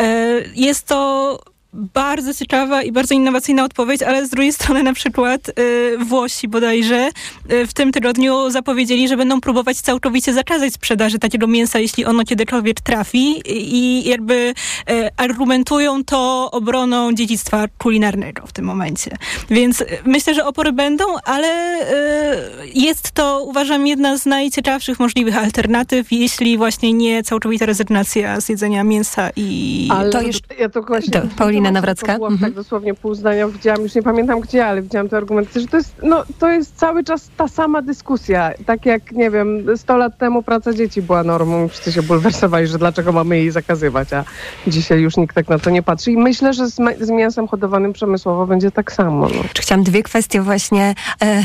Jest to bardzo ciekawa i bardzo innowacyjna odpowiedź, ale z drugiej strony na przykład y, Włosi bodajże y, w tym tygodniu zapowiedzieli, że będą próbować całkowicie zakazać sprzedaży takiego mięsa, jeśli ono kiedykolwiek trafi i jakby y, argumentują to obroną dziedzictwa kulinarnego w tym momencie. Więc y, myślę, że opory będą, ale y, jest to, uważam, jedna z najciekawszych możliwych alternatyw, jeśli właśnie nie całkowita rezygnacja z jedzenia mięsa i... Ale to jeszcze... Ja to właśnie... To, Paulina Nawrocka. To było mhm. tak dosłownie pół zdania widziałam, już nie pamiętam gdzie, ale widziałam te argumenty, że to jest, no, to jest cały czas ta sama dyskusja. Tak jak, nie wiem, sto lat temu praca dzieci była normą i wszyscy się bulwersowali, że dlaczego mamy jej zakazywać, a dzisiaj już nikt tak na to nie patrzy. I myślę, że z, z mięsem hodowanym przemysłowo będzie tak samo. No. Chciałam dwie kwestie właśnie e,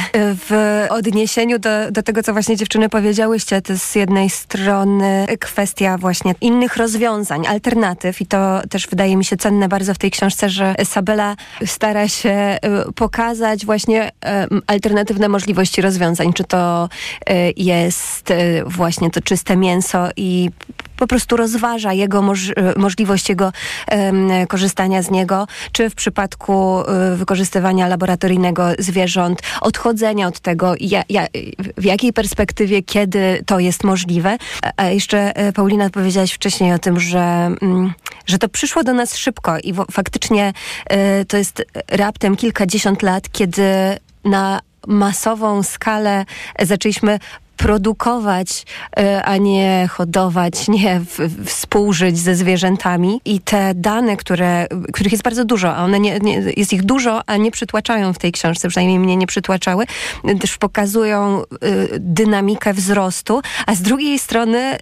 w odniesieniu do, do tego, co właśnie dziewczyny powiedziałyście. To jest z jednej strony kwestia właśnie innych rozwiązań, alternatyw i to też wydaje mi się cenne bardzo w tej książce, że Sabela stara się pokazać właśnie alternatywne możliwości rozwiązań. Czy to jest właśnie to czyste mięso i po prostu rozważa jego moż- możliwość jego um, korzystania z niego, czy w przypadku um, wykorzystywania laboratoryjnego zwierząt, odchodzenia od tego, ja, ja, w jakiej perspektywie, kiedy to jest możliwe. A, a jeszcze Paulina powiedziałaś wcześniej o tym, że, um, że to przyszło do nas szybko i w- faktycznie um, to jest raptem kilkadziesiąt lat, kiedy na masową skalę zaczęliśmy produkować, a nie hodować, nie w, współżyć ze zwierzętami. I te dane, które, których jest bardzo dużo, a one nie, nie, jest ich dużo, a nie przytłaczają w tej książce, przynajmniej mnie nie przytłaczały, też pokazują y, dynamikę wzrostu, a z drugiej strony y,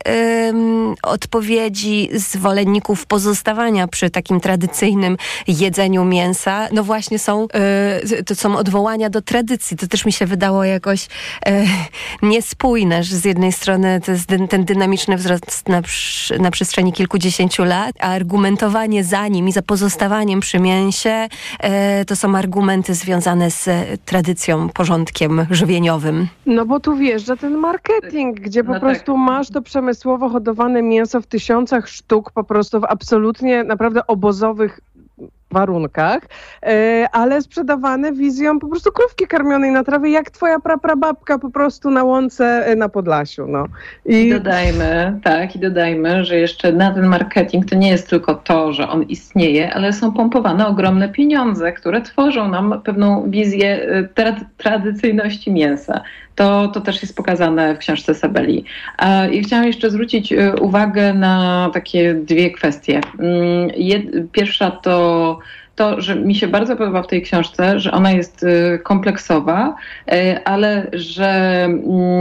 odpowiedzi zwolenników pozostawania przy takim tradycyjnym jedzeniu mięsa, no właśnie są, y, to są odwołania do tradycji. To też mi się wydało jakoś y, niespójne. Że z jednej strony to jest dy, ten dynamiczny wzrost na, na przestrzeni kilkudziesięciu lat, a argumentowanie za nim i za pozostawaniem przy mięsie e, to są argumenty związane z tradycją, porządkiem żywieniowym. No bo tu wjeżdża ten marketing, gdzie po no prostu tak. masz to przemysłowo hodowane mięso w tysiącach sztuk, po prostu w absolutnie naprawdę obozowych warunkach, ale sprzedawane wizją po prostu krówki karmionej na trawie, jak twoja praprababka po prostu na łące na Podlasiu. No. I... I dodajmy, tak, i dodajmy, że jeszcze na ten marketing to nie jest tylko to, że on istnieje, ale są pompowane ogromne pieniądze, które tworzą nam pewną wizję tra- tradycyjność mięsa. To, to też jest pokazane w książce Sabeli. I chciałam jeszcze zwrócić uwagę na takie dwie kwestie. Pierwsza to to, że mi się bardzo podoba w tej książce, że ona jest kompleksowa, ale że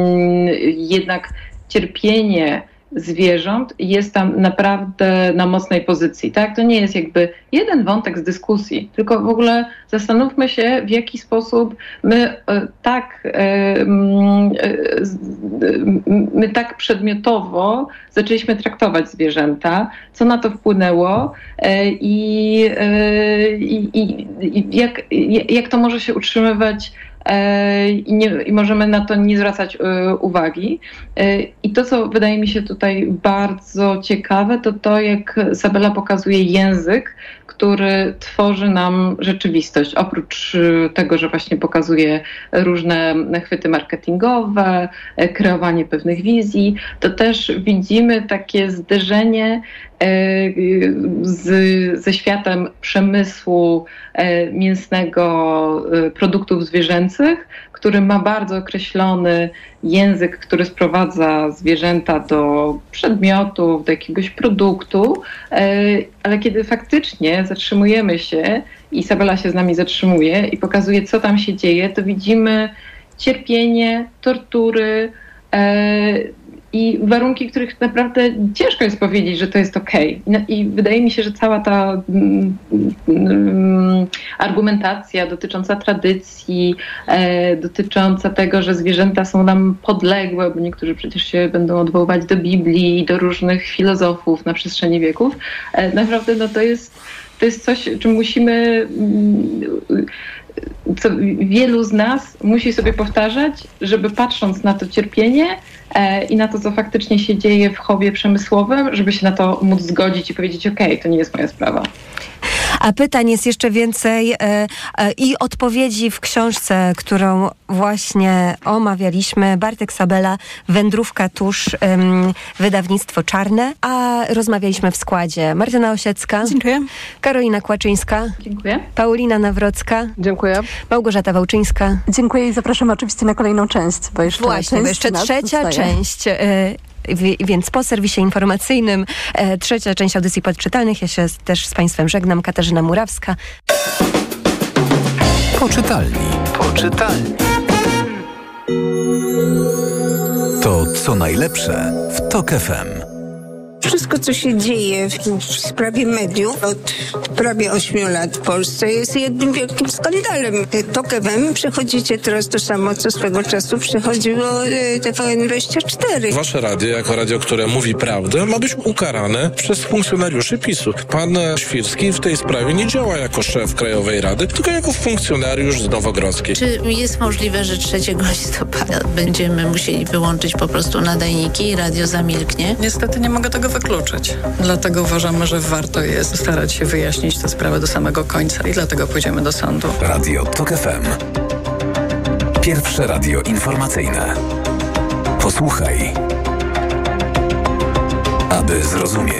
jednak cierpienie zwierząt jest tam naprawdę na mocnej pozycji. Tak? To nie jest jakby jeden wątek z dyskusji, tylko w ogóle zastanówmy się, w jaki sposób my tak, my tak przedmiotowo zaczęliśmy traktować zwierzęta, co na to wpłynęło i, i, i jak, jak to może się utrzymywać i, nie, i możemy na to nie zwracać uwagi. I to, co wydaje mi się tutaj bardzo ciekawe, to to, jak Sabela pokazuje język, który tworzy nam rzeczywistość. Oprócz tego, że właśnie pokazuje różne chwyty marketingowe, kreowanie pewnych wizji, to też widzimy takie zderzenie z, ze światem przemysłu mięsnego, produktów zwierzęcych, który ma bardzo określony język, który sprowadza zwierzęta do przedmiotów, do jakiegoś produktu, ale kiedy faktycznie zatrzymujemy się i Sabela się z nami zatrzymuje i pokazuje, co tam się dzieje, to widzimy cierpienie, tortury, i warunki, których naprawdę ciężko jest powiedzieć, że to jest okej. Okay. I wydaje mi się, że cała ta mm, mm, argumentacja dotycząca tradycji, e, dotycząca tego, że zwierzęta są nam podległe, bo niektórzy przecież się będą odwoływać do Biblii i do różnych filozofów na przestrzeni wieków, e, naprawdę no to jest, to jest coś, czym musimy... Mm, co wielu z nas musi sobie powtarzać, żeby patrząc na to cierpienie e, i na to, co faktycznie się dzieje w chowie przemysłowym, żeby się na to móc zgodzić i powiedzieć, okej, okay, to nie jest moja sprawa. A pytań jest jeszcze więcej e, e, i odpowiedzi w książce, którą właśnie omawialiśmy. Bartek Sabela, Wędrówka tusz, um, wydawnictwo Czarne, a rozmawialiśmy w składzie Martyna Osiecka. Dziękuję. Karolina Kłaczyńska. Dziękuję. Paulina Nawrocka. Dziękuję. Małgorzata Wałczyńska. Dziękuję i zapraszam oczywiście na kolejną część, bo jeszcze Właśnie, bo jeszcze trzecia zostaje. część... Y- Więc po serwisie informacyjnym e, trzecia część audycji podczytalnych. Ja się też z Państwem żegnam. Katarzyna Murawska. Poczytalni. Poczytalni. To co najlepsze w Tok F M. Wszystko, co się dzieje w, w sprawie mediów od prawie ośmiu lat w Polsce jest jednym wielkim skandalem. Tok F M przechodzicie teraz to samo, co swego czasu przechodziło T V N dwadzieścia cztery. Wasze radio, jako radio, które mówi prawdę, ma być ukarane przez funkcjonariuszy PiSu. Pan Świrski w tej sprawie nie działa jako szef Krajowej Rady, tylko jako funkcjonariusz z Nowogrodzkiej. Czy jest możliwe, że trzeciego listopada będziemy musieli wyłączyć po prostu nadajniki i radio zamilknie? Niestety nie mogę tego wykluczyć. Dlatego uważamy, że warto jest starać się wyjaśnić tę sprawę do samego końca i dlatego pójdziemy do sądu. Radio Tok F M. Pierwsze radio informacyjne. Posłuchaj, aby zrozumieć.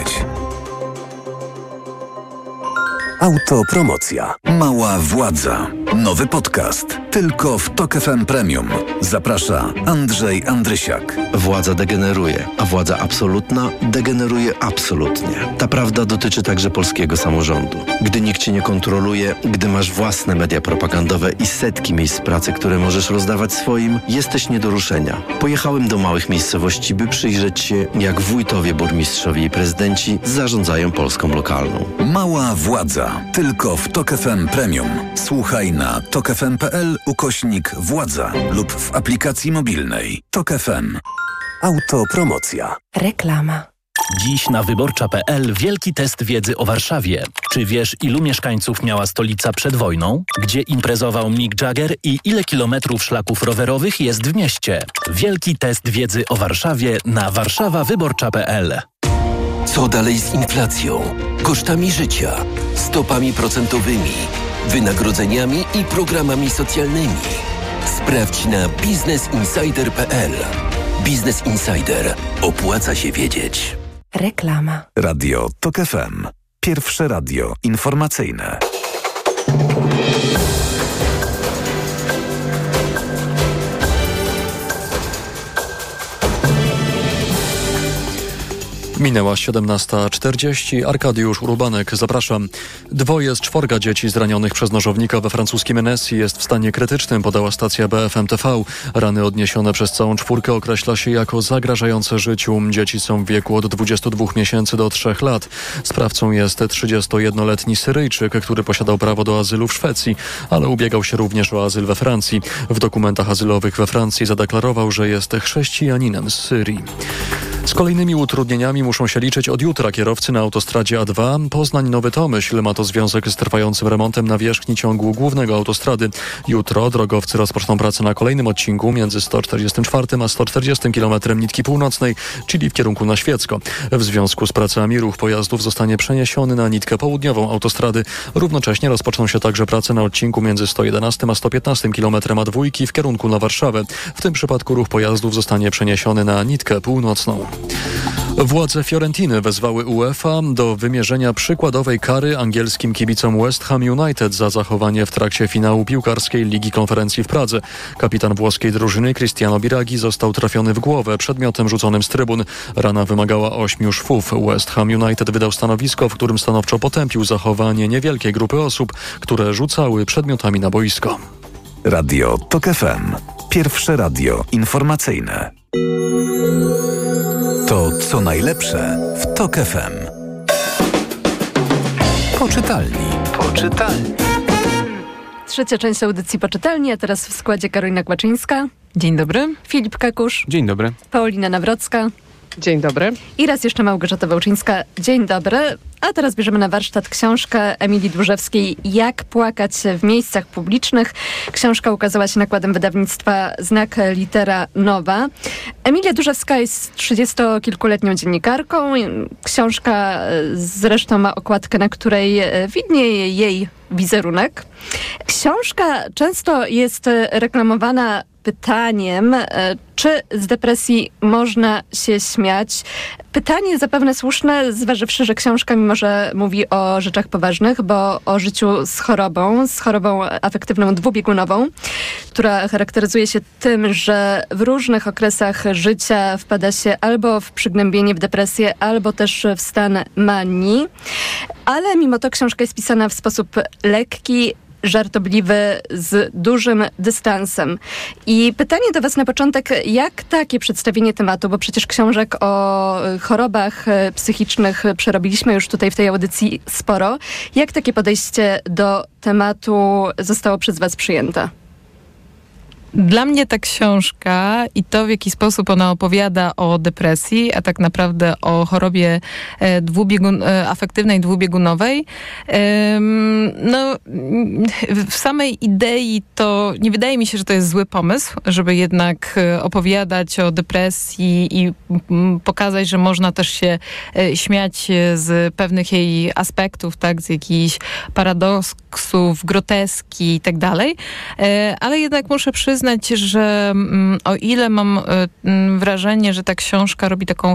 Autopromocja. Mała władza. Nowy podcast. Tylko w Tok F M Premium. Zaprasza Andrzej Andrysiak. Władza degeneruje, a władza absolutna degeneruje absolutnie. Ta prawda dotyczy także polskiego samorządu. Gdy nikt cię nie kontroluje, gdy masz własne media propagandowe i setki miejsc pracy, które możesz rozdawać swoim, jesteś nie do ruszenia. Pojechałem do małych miejscowości, by przyjrzeć się, jak wójtowie, burmistrzowie i prezydenci zarządzają Polską lokalną. Mała władza. Tylko w Tok F M Premium. Słuchaj na tok f m kropka p l ukośnik władza lub w aplikacji mobilnej. Tok F M. Autopromocja. Reklama. Dziś na wyborcza kropka p l wielki test wiedzy o Warszawie. Czy wiesz, ilu mieszkańców miała stolica przed wojną? Gdzie imprezował Mick Jagger i ile kilometrów szlaków rowerowych jest w mieście? Wielki test wiedzy o Warszawie na warszawa wyborcza kropka p l. Co dalej z inflacją, kosztami życia, stopami procentowymi, wynagrodzeniami i programami socjalnymi? Sprawdź na biznes insider kropka p l. Biznes Insider. Opłaca się wiedzieć. Reklama. Radio Tok F M. Pierwsze radio informacyjne. Minęła siedemnasta czterdzieści. Arkadiusz Urubanek, zapraszam. Dwoje z czworga dzieci zranionych przez nożownika we francuskim Annecy jest w stanie krytycznym, podała stacja B F M T V. Rany odniesione przez całą czwórkę określa się jako zagrażające życiu. Dzieci są w wieku od dwudziestu dwóch miesięcy do trzech lat. Sprawcą jest trzydziestojednoletni Syryjczyk, który posiadał prawo do azylu w Szwecji, ale ubiegał się również o azyl we Francji. W dokumentach azylowych we Francji zadeklarował, że jest chrześcijaninem z Syrii. Z kolejnymi utrudnieniami muszą się liczyć od jutra kierowcy na autostradzie A dwa Poznań-Nowy Tomyśl. Ma to związek z trwającym remontem nawierzchni ciągu głównego autostrady. Jutro drogowcy rozpoczną pracę na kolejnym odcinku między sto czterdziestym czwartym a sto czterdziestym kilometrem Nitki Północnej, czyli w kierunku na Świecko. W związku z pracami ruch pojazdów zostanie przeniesiony na nitkę południową autostrady. Równocześnie rozpoczną się także prace na odcinku między sto jedenastym a sto piętnastym kilometrem A dwa w kierunku na Warszawę. W tym przypadku ruch pojazdów zostanie przeniesiony na nitkę północną. Władze Fiorentiny wezwały UEFA do wymierzenia przykładowej kary angielskim kibicom West Ham United za zachowanie w trakcie finału piłkarskiej Ligi Konferencji w Pradze. Kapitan włoskiej drużyny Cristiano Biraghi został trafiony w głowę przedmiotem rzuconym z trybun. Rana wymagała ośmiu szwów. West Ham United wydał stanowisko, w którym stanowczo potępił zachowanie niewielkiej grupy osób, które rzucały przedmiotami na boisko. Radio TOK F M. Pierwsze radio informacyjne. To co najlepsze w TOK F M. Poczytalni. Poczytalni. Trzecia część audycji Poczytalni, a teraz w składzie Karolina Kłaczyńska. Dzień dobry. Filip Kakusz. Dzień dobry. Paulina Nawrocka. Dzień dobry. I raz jeszcze Małgorzata Wałczyńska. Dzień dobry. A teraz bierzemy na warsztat książkę Emilii Dłużewskiej Jak płakać w miejscach publicznych. Książka ukazała się nakładem wydawnictwa Znak Litera Nowa. Emilia Dłużewska jest trzydziestokilkuletnią dziennikarką. Książka zresztą ma okładkę, na której widnieje jej wizerunek. Książka często jest reklamowana pytaniem, czy z depresji można się śmiać. Pytanie zapewne słuszne, zważywszy, że książka, mimo że mówi o rzeczach poważnych, bo o życiu z chorobą, z chorobą afektywną dwubiegunową, która charakteryzuje się tym, że w różnych okresach życia wpada się albo w przygnębienie, w depresję, albo też w stan manii. Ale mimo to książka jest pisana w sposób lekki, żartobliwy, z dużym dystansem. I pytanie do was na początek, jak takie przedstawienie tematu, bo przecież książek o chorobach psychicznych przerobiliśmy już tutaj w tej audycji sporo. Jak takie podejście do tematu zostało przez was przyjęte? Dla mnie ta książka i to, w jaki sposób ona opowiada o depresji, a tak naprawdę o chorobie dwubiegun, afektywnej dwubiegunowej, no w samej idei to nie wydaje mi się, że to jest zły pomysł, żeby jednak opowiadać o depresji i pokazać, że można też się śmiać z pewnych jej aspektów, tak, z jakichś paradoksów, groteski i tak dalej, ale jednak muszę przyznać, że o ile mam wrażenie, że ta książka robi taką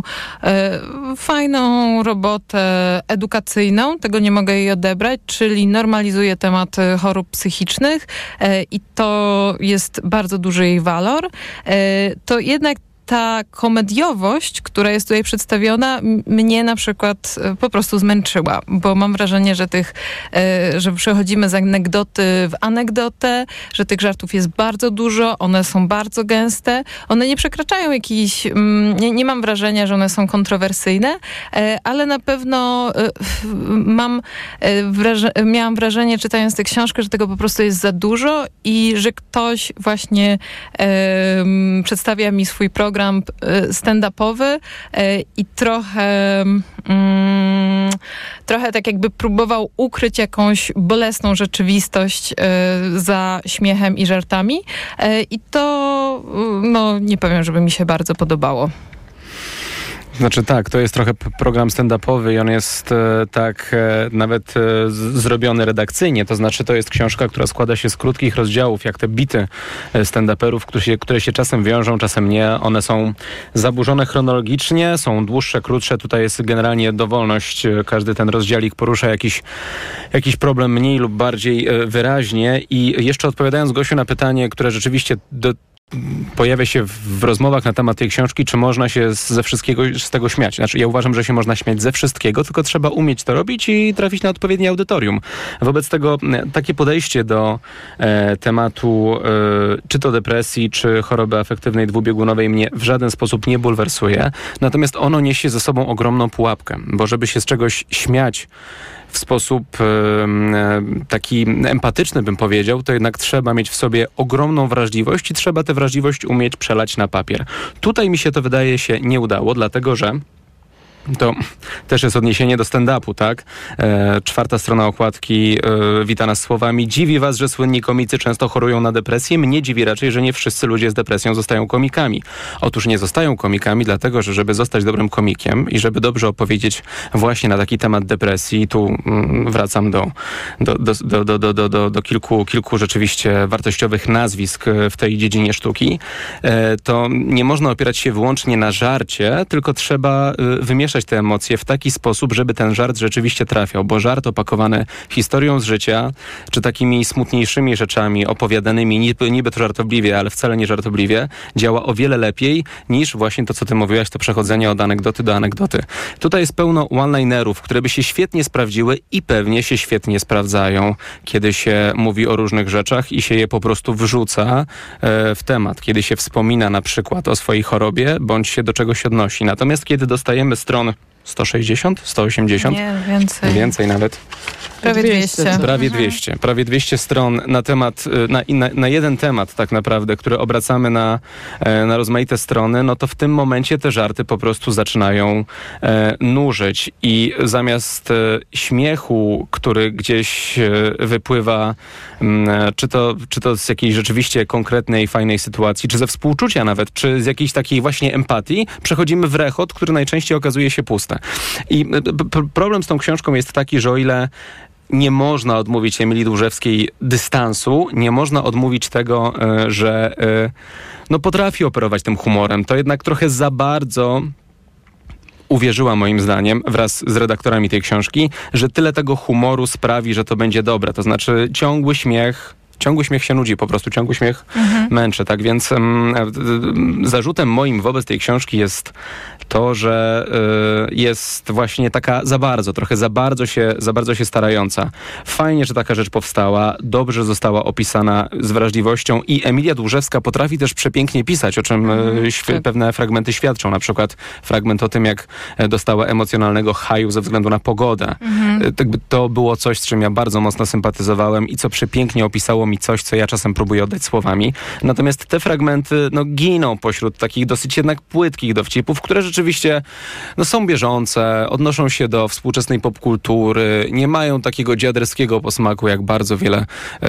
fajną robotę edukacyjną, tego nie mogę jej odebrać, czyli normalizuje temat chorób psychicznych i to jest bardzo duży jej walor, to jednak ta komediowość, która jest tutaj przedstawiona, mnie na przykład po prostu zmęczyła, bo mam wrażenie, że tych, że przechodzimy z anegdoty w anegdotę, że tych żartów jest bardzo dużo, one są bardzo gęste, one nie przekraczają jakichś, nie, nie mam wrażenia, że one są kontrowersyjne, ale na pewno mam wraże, miałam wrażenie, czytając tę książkę, że tego po prostu jest za dużo i że ktoś właśnie um, przedstawia mi swój program program stand-upowy i trochę mm, trochę tak jakby próbował ukryć jakąś bolesną rzeczywistość za śmiechem i żartami i to no nie powiem, żeby mi się bardzo podobało. Znaczy tak, to jest trochę program stand-upowy i on jest e, tak e, nawet e, z, zrobiony redakcyjnie, to znaczy to jest książka, która składa się z krótkich rozdziałów, jak te bity stand-uperów, które się, które się czasem wiążą, czasem nie. One są zaburzone chronologicznie, są dłuższe, krótsze. Tutaj jest generalnie dowolność. Każdy ten rozdziałik porusza jakiś, jakiś problem mniej lub bardziej e, wyraźnie. I jeszcze odpowiadając, Gosiu, na pytanie, które rzeczywiście do pojawia się w rozmowach na temat tej książki, czy można się ze wszystkiego z tego śmiać. Znaczy, ja uważam, że się można śmiać ze wszystkiego, tylko trzeba umieć to robić i trafić na odpowiednie audytorium. Wobec tego takie podejście do e, tematu e, czy to depresji, czy choroby afektywnej dwubiegunowej mnie w żaden sposób nie bulwersuje. Natomiast ono niesie ze sobą ogromną pułapkę, bo żeby się z czegoś śmiać w sposób e, taki empatyczny, bym powiedział, to jednak trzeba mieć w sobie ogromną wrażliwość i trzeba też tę wrażliwość umieć przelać na papier. Tutaj mi się to wydaje się nie udało, dlatego że to też jest odniesienie do stand-upu, tak? E, czwarta strona okładki e, wita nas słowami: dziwi was, że słynni komicy często chorują na depresję. Mnie dziwi raczej, że nie wszyscy ludzie z depresją zostają komikami. Otóż nie zostają komikami, dlatego że żeby zostać dobrym komikiem i żeby dobrze opowiedzieć właśnie na taki temat depresji, tu mm, wracam do, do, do, do, do, do, do, do, do kilku, kilku rzeczywiście wartościowych nazwisk w tej dziedzinie sztuki, e, to nie można opierać się wyłącznie na żarcie, tylko trzeba y, wymieszać te emocje w taki sposób, żeby ten żart rzeczywiście trafiał, bo żart opakowany historią z życia, czy takimi smutniejszymi rzeczami opowiadanymi niby, niby to żartobliwie, ale wcale nie żartobliwie, działa o wiele lepiej niż właśnie to, co ty mówiłaś, to przechodzenie od anegdoty do anegdoty. Tutaj jest pełno one-linerów, które by się świetnie sprawdziły i pewnie się świetnie sprawdzają, kiedy się mówi o różnych rzeczach i się je po prostu wrzuca e, w temat, kiedy się wspomina na przykład o swojej chorobie, bądź się do czegoś odnosi. Natomiast kiedy dostajemy stron sto sześćdziesiąt, sto osiemdziesiąt? Nie, więcej. Więcej nawet. Prawie dwieście. Prawie dwieście. Prawie dwieście stron na temat, na, na, na jeden temat tak naprawdę, który obracamy na, na rozmaite strony, no to w tym momencie te żarty po prostu zaczynają e, nużyć i zamiast e, śmiechu, który gdzieś e, wypływa, m, czy, to, czy to z jakiejś rzeczywiście konkretnej, fajnej sytuacji, czy ze współczucia nawet, czy z jakiejś takiej właśnie empatii, przechodzimy w rechot, który najczęściej okazuje się pusty. I p- problem z tą książką jest taki, że o ile nie można odmówić Emilii Dłużewskiej dystansu, nie można odmówić tego, że no, potrafi operować tym humorem. To jednak trochę za bardzo uwierzyła moim zdaniem wraz z redaktorami tej książki, że tyle tego humoru sprawi, że to będzie dobre. To znaczy ciągły śmiech, Ciągły śmiech się nudzi, po prostu ciągły śmiech mhm. męczy, tak więc um, zarzutem moim wobec tej książki jest to, że y, jest właśnie taka za bardzo, trochę za bardzo się, za bardzo się starająca. Fajnie, że taka rzecz powstała, dobrze została opisana z wrażliwością i Emilia Dłużewska potrafi też przepięknie pisać, o czym mhm, świ- tak. pewne fragmenty świadczą, na przykład fragment o tym, jak dostała emocjonalnego haju ze względu na pogodę. Mhm. Tak by to było coś, z czym ja bardzo mocno sympatyzowałem i co przepięknie opisało mi coś, co ja czasem próbuję oddać słowami. Natomiast te fragmenty no, giną pośród takich dosyć jednak płytkich dowcipów, które rzeczywiście no, są bieżące, odnoszą się do współczesnej popkultury, nie mają takiego dziaderskiego posmaku, jak bardzo wiele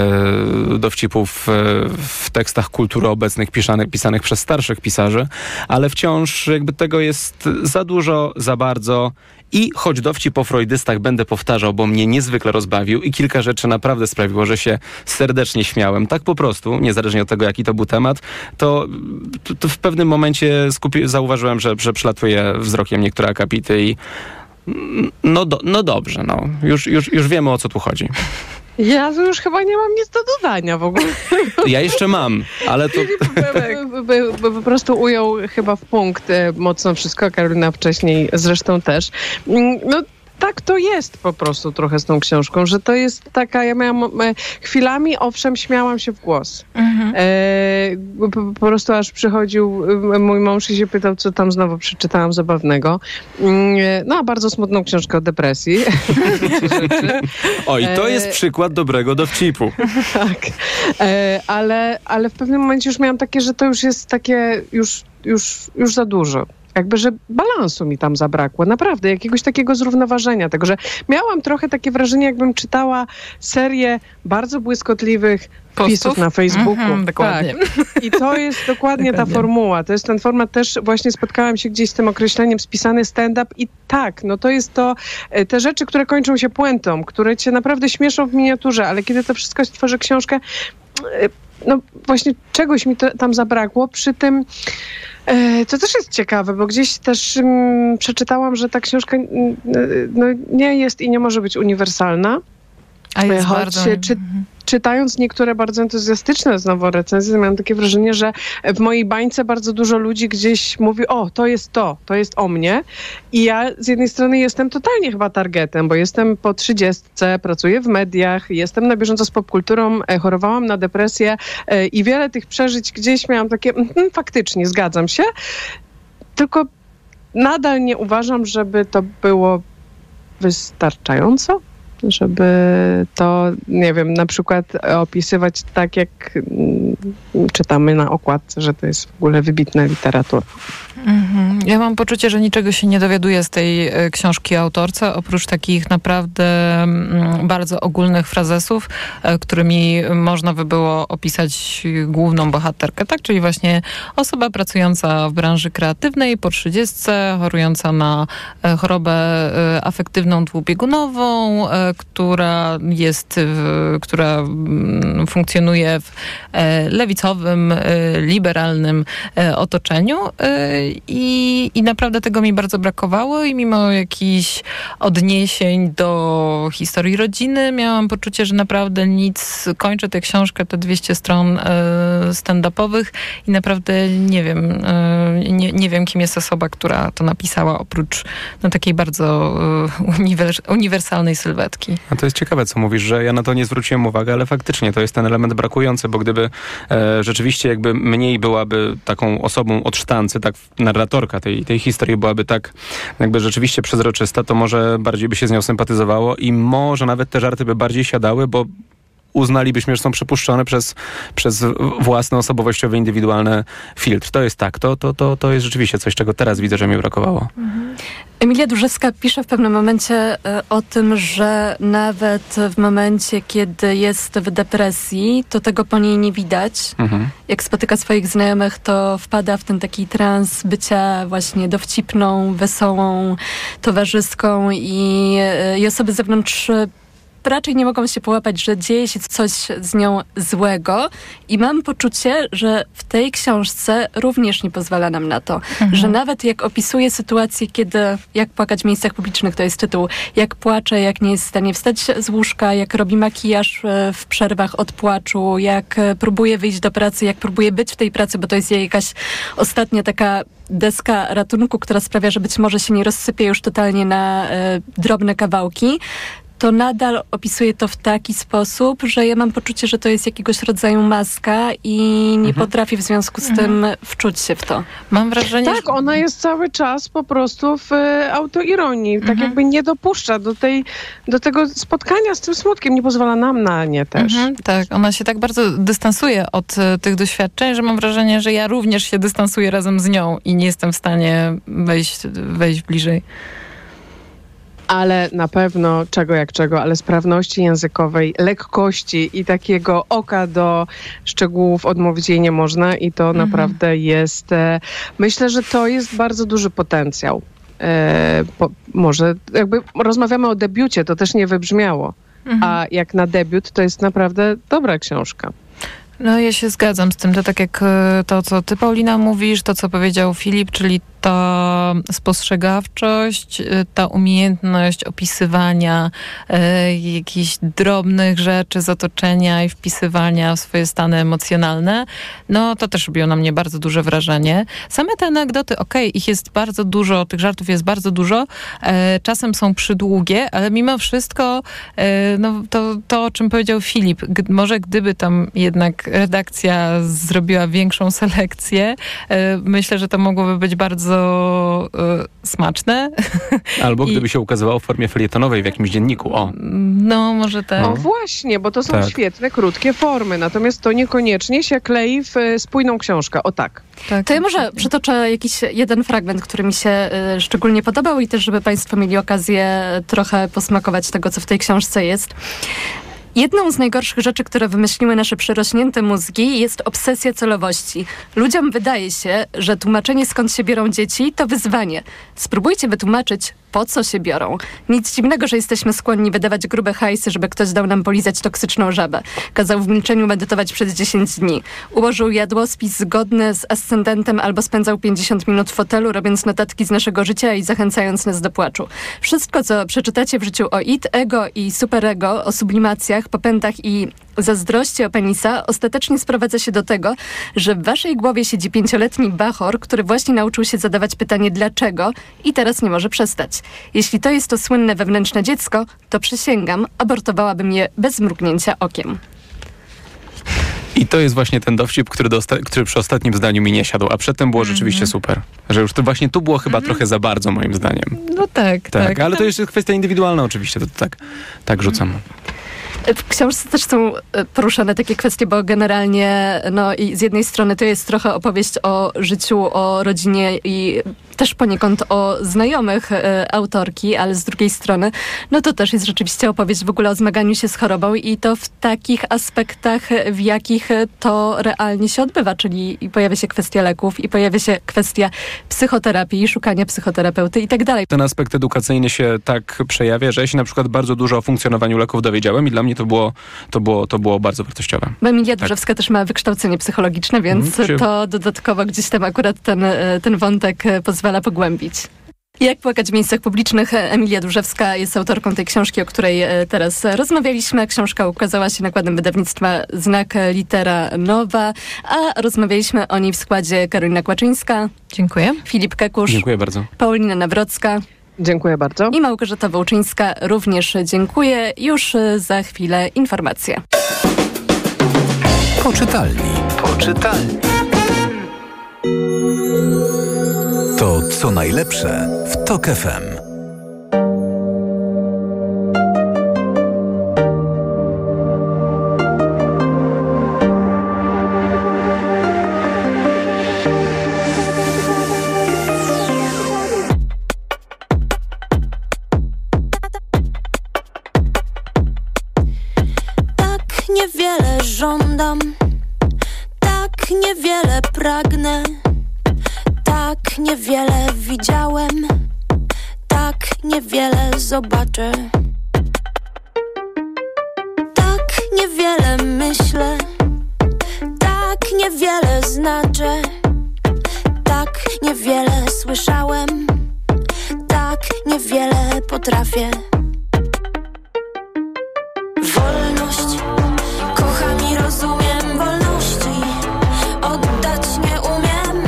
e, dowcipów e, w tekstach kultury obecnych pisanych, pisanych przez starszych pisarzy, ale wciąż jakby tego jest za dużo, za bardzo. I choć dowcip o freudystach będę powtarzał, bo mnie niezwykle rozbawił i kilka rzeczy naprawdę sprawiło, że się serdecznie śmiałem. Tak po prostu, niezależnie od tego, jaki to był temat, to, to w pewnym momencie skupi- zauważyłem, że, że przelatuje wzrokiem niektóre akapity i no, do, no dobrze, no. Już, już, już wiemy, o co tu chodzi. Ja już chyba nie mam nic do dodania w ogóle. Ja jeszcze mam, ale to... by, by, by po prostu ujął chyba w punkt mocno wszystko, Karolina wcześniej zresztą też. No tak to jest po prostu trochę z tą książką, że to jest taka, ja miałam e, chwilami, owszem, śmiałam się w głos. Mhm. E, po, po prostu aż przychodził mój mąż i się pytał, co tam znowu przeczytałam zabawnego. E, no, a bardzo smutną książkę o depresji. Oj, to jest przykład dobrego dowcipu. Tak, e, ale, ale w pewnym momencie już miałam takie, że to już jest takie, już, już, już za dużo. Jakby, że balansu mi tam zabrakło. Naprawdę, jakiegoś takiego zrównoważenia tego, że miałam trochę takie wrażenie, jakbym czytała serię bardzo błyskotliwych wpisów na Facebooku. Mm-hmm, dokładnie. Tak. I to jest dokładnie, dokładnie ta formuła. To jest ten format też, właśnie spotkałam się gdzieś z tym określeniem spisany stand-up i tak, no to jest to, te rzeczy, które kończą się puentą, które cię naprawdę śmieszą w miniaturze, ale kiedy to wszystko stworzy książkę, no właśnie czegoś mi to, tam zabrakło przy tym. To też jest ciekawe, bo gdzieś też um, przeczytałam, że ta książka no, nie jest i nie może być uniwersalna. A jest Choć bardzo... Czy, czytając niektóre bardzo entuzjastyczne znowu recenzje, miałam takie wrażenie, że w mojej bańce bardzo dużo ludzi gdzieś mówi, o, to jest to, to jest o mnie. I ja z jednej strony jestem totalnie chyba targetem, bo jestem po trzydziestce, pracuję w mediach, jestem na bieżąco z popkulturą, chorowałam na depresję i wiele tych przeżyć gdzieś miałam takie, mm, faktycznie, zgadzam się, tylko nadal nie uważam, żeby to było wystarczająco. żeby to, nie wiem, na przykład opisywać tak, jak czytamy na okładce, że to jest w ogóle wybitna literatura. Mhm. Ja mam poczucie, że niczego się nie dowiaduję z tej e, książki autorce, oprócz takich naprawdę m, bardzo ogólnych frazesów, e, którymi można by było opisać główną bohaterkę, tak? Czyli właśnie osoba pracująca w branży kreatywnej po trzydziestce, chorująca na e, chorobę e, afektywną dwubiegunową, e, która jest, w, która m, funkcjonuje w e, lewicowym, e, liberalnym e, otoczeniu. E, I, I naprawdę tego mi bardzo brakowało i mimo jakichś odniesień do historii rodziny miałam poczucie, że naprawdę nic, kończę tę książkę, te dwieście stron e, stand-upowych i naprawdę nie wiem, e, nie, nie wiem, kim jest osoba, która to napisała, oprócz no, takiej bardzo e, uniwers- uniwersalnej sylwetki. A to jest ciekawe, co mówisz, że ja na to nie zwróciłem uwagi, ale faktycznie to jest ten element brakujący, bo gdyby e, rzeczywiście jakby mniej byłaby taką osobą od sztancy, tak narratorka tej, tej historii byłaby tak jakby rzeczywiście przezroczysta, to może bardziej by się z nią sympatyzowało i może nawet te żarty by bardziej siadały, bo uznalibyśmy, że są przepuszczone przez, przez własne osobowościowe, indywidualne filtr. To jest tak, to, to, to, to jest rzeczywiście coś, czego teraz widzę, że mi brakowało. Mhm. Emilia Dłużewska pisze w pewnym momencie o tym, że nawet w momencie, kiedy jest w depresji, to tego po niej nie widać. Mhm. Jak spotyka swoich znajomych, to wpada w ten taki trans bycia właśnie dowcipną, wesołą, towarzyską i, i osoby z zewnątrz raczej nie mogą się połapać, że dzieje się coś z nią złego i mam poczucie, że w tej książce również nie pozwala nam na to. Mhm. Że nawet jak opisuje sytuację, kiedy jak płakać w miejscach publicznych, to jest tytuł, jak płacze, jak nie jest w stanie wstać z łóżka, jak robi makijaż w przerwach od płaczu, jak próbuje wyjść do pracy, jak próbuje być w tej pracy, bo to jest jej jakaś ostatnia taka deska ratunku, która sprawia, że być może się nie rozsypie już totalnie na e, drobne kawałki, to nadal opisuje to w taki sposób, że ja mam poczucie, że to jest jakiegoś rodzaju maska i nie mhm. potrafię w związku z tym mhm. wczuć się w to. Mam wrażenie, Tak, że... ona jest cały czas po prostu w e, autoironii. Mhm. Tak jakby nie dopuszcza do, tej, do tego spotkania z tym smutkiem. Nie pozwala nam na nie też. Mhm, tak, ona się tak bardzo dystansuje od e, tych doświadczeń, że mam wrażenie, że ja również się dystansuję razem z nią i nie jestem w stanie wejść, wejść bliżej. Ale na pewno, czego jak czego, ale sprawności językowej, lekkości i takiego oka do szczegółów odmówić jej nie można i to mhm. naprawdę jest, e, myślę, że to jest bardzo duży potencjał. E, po, może jakby rozmawiamy o debiucie, to też nie wybrzmiało, mhm. a jak na debiut to jest naprawdę dobra książka. No ja się zgadzam z tym, to tak jak to, co ty, Paulina, mówisz, to, co powiedział Filip, czyli ta spostrzegawczość, ta umiejętność opisywania e, jakichś drobnych rzeczy z otoczenia i wpisywania w swoje stany emocjonalne, no to też robiło na mnie bardzo duże wrażenie. Same te anegdoty, okej, okay, ich jest bardzo dużo, tych żartów jest bardzo dużo, e, czasem są przydługie, ale mimo wszystko e, no, to, to, o czym powiedział Filip, g- może gdyby tam jednak redakcja zrobiła większą selekcję, e, myślę, że to mogłoby być bardzo y, smaczne. Albo I... gdyby się ukazywało w formie felietonowej w jakimś dzienniku. O. No, może tak. No właśnie, bo to są tak. świetne, krótkie formy, natomiast to niekoniecznie się klei w y, spójną książkę. O tak. tak. To ja może przytoczę jakiś jeden fragment, który mi się y, szczególnie podobał i też, żeby Państwo mieli okazję trochę posmakować tego, co w tej książce jest. Jedną z najgorszych rzeczy, które wymyśliły nasze przerośnięte mózgi, jest obsesja celowości. Ludziom wydaje się, że tłumaczenie, skąd się biorą dzieci, to wyzwanie. Spróbujcie wytłumaczyć, po co się biorą. Nic dziwnego, że jesteśmy skłonni wydawać grube hajsy, żeby ktoś dał nam polizać toksyczną żabę. Kazał w milczeniu medytować przez dziesięć dni. Ułożył jadłospis zgodny z ascendentem albo spędzał pięćdziesiąt minut w fotelu, robiąc notatki z naszego życia i zachęcając nas do płaczu. Wszystko, co przeczytacie w życiu o id, ego i superego, o sublimacjach, popędach i zazdrości o penisa, ostatecznie sprowadza się do tego, że w waszej głowie siedzi pięcioletni bachor, który właśnie nauczył się zadawać pytanie dlaczego i teraz nie może przestać. Jeśli to jest to słynne wewnętrzne dziecko, to przysięgam, abortowałabym je bez mrugnięcia okiem. I I to jest właśnie ten dowcip, który, do, który przy ostatnim zdaniu mi nie siadł, a przedtem było mm. rzeczywiście super. Że już to właśnie tu było chyba mm. trochę za bardzo, moim zdaniem. No tak, tak. tak. Ale to jest kwestia indywidualna oczywiście, to, to tak, tak rzucam. W książce też są poruszane takie kwestie, bo generalnie no i z jednej strony to jest trochę opowieść o życiu, o rodzinie i też poniekąd o znajomych e, autorki, ale z drugiej strony no to też jest rzeczywiście opowieść w ogóle o zmaganiu się z chorobą i to w takich aspektach, w jakich to realnie się odbywa, czyli i pojawia się kwestia leków i pojawia się kwestia psychoterapii, szukania psychoterapeuty i tak dalej. Ten aspekt edukacyjny się tak przejawia, że ja się na przykład bardzo dużo o funkcjonowaniu leków dowiedziałem i dla mnie to było, to było, to było bardzo wartościowe. Bo Emilia Dłużewska tak. też ma wykształcenie psychologiczne, więc mm, to dodatkowo gdzieś tam akurat ten, ten wątek pozwala pogłębić. Jak płakać w miejscach publicznych? Emilia Dłużewska jest autorką tej książki, o której teraz rozmawialiśmy. Książka ukazała się nakładem wydawnictwa Znak Litera Nowa, a rozmawialiśmy o niej w składzie Karolina Kłaczyńska. Dziękuję. Filip Kekusz. Dziękuję bardzo. Paulina Nawrocka. Dziękuję bardzo. I Małgorzata Wołczyńska również dziękuję. Już za chwilę informacje. Poczytalni. Poczytalni. To co najlepsze w TOK F M. Tak niewiele żądam, tak niewiele pragnę. Tak niewiele widziałem, tak niewiele zobaczę. Tak niewiele myślę, tak niewiele znaczę. Tak niewiele słyszałem, tak niewiele potrafię. Wolność, kocham i rozumiem wolności, oddać nie umiem.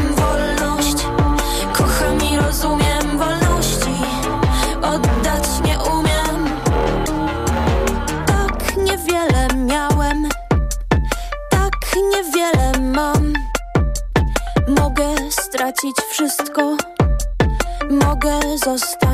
Rozumiem wolności, oddać nie umiem. Tak niewiele miałem, tak niewiele mam. Mogę stracić wszystko, mogę zostać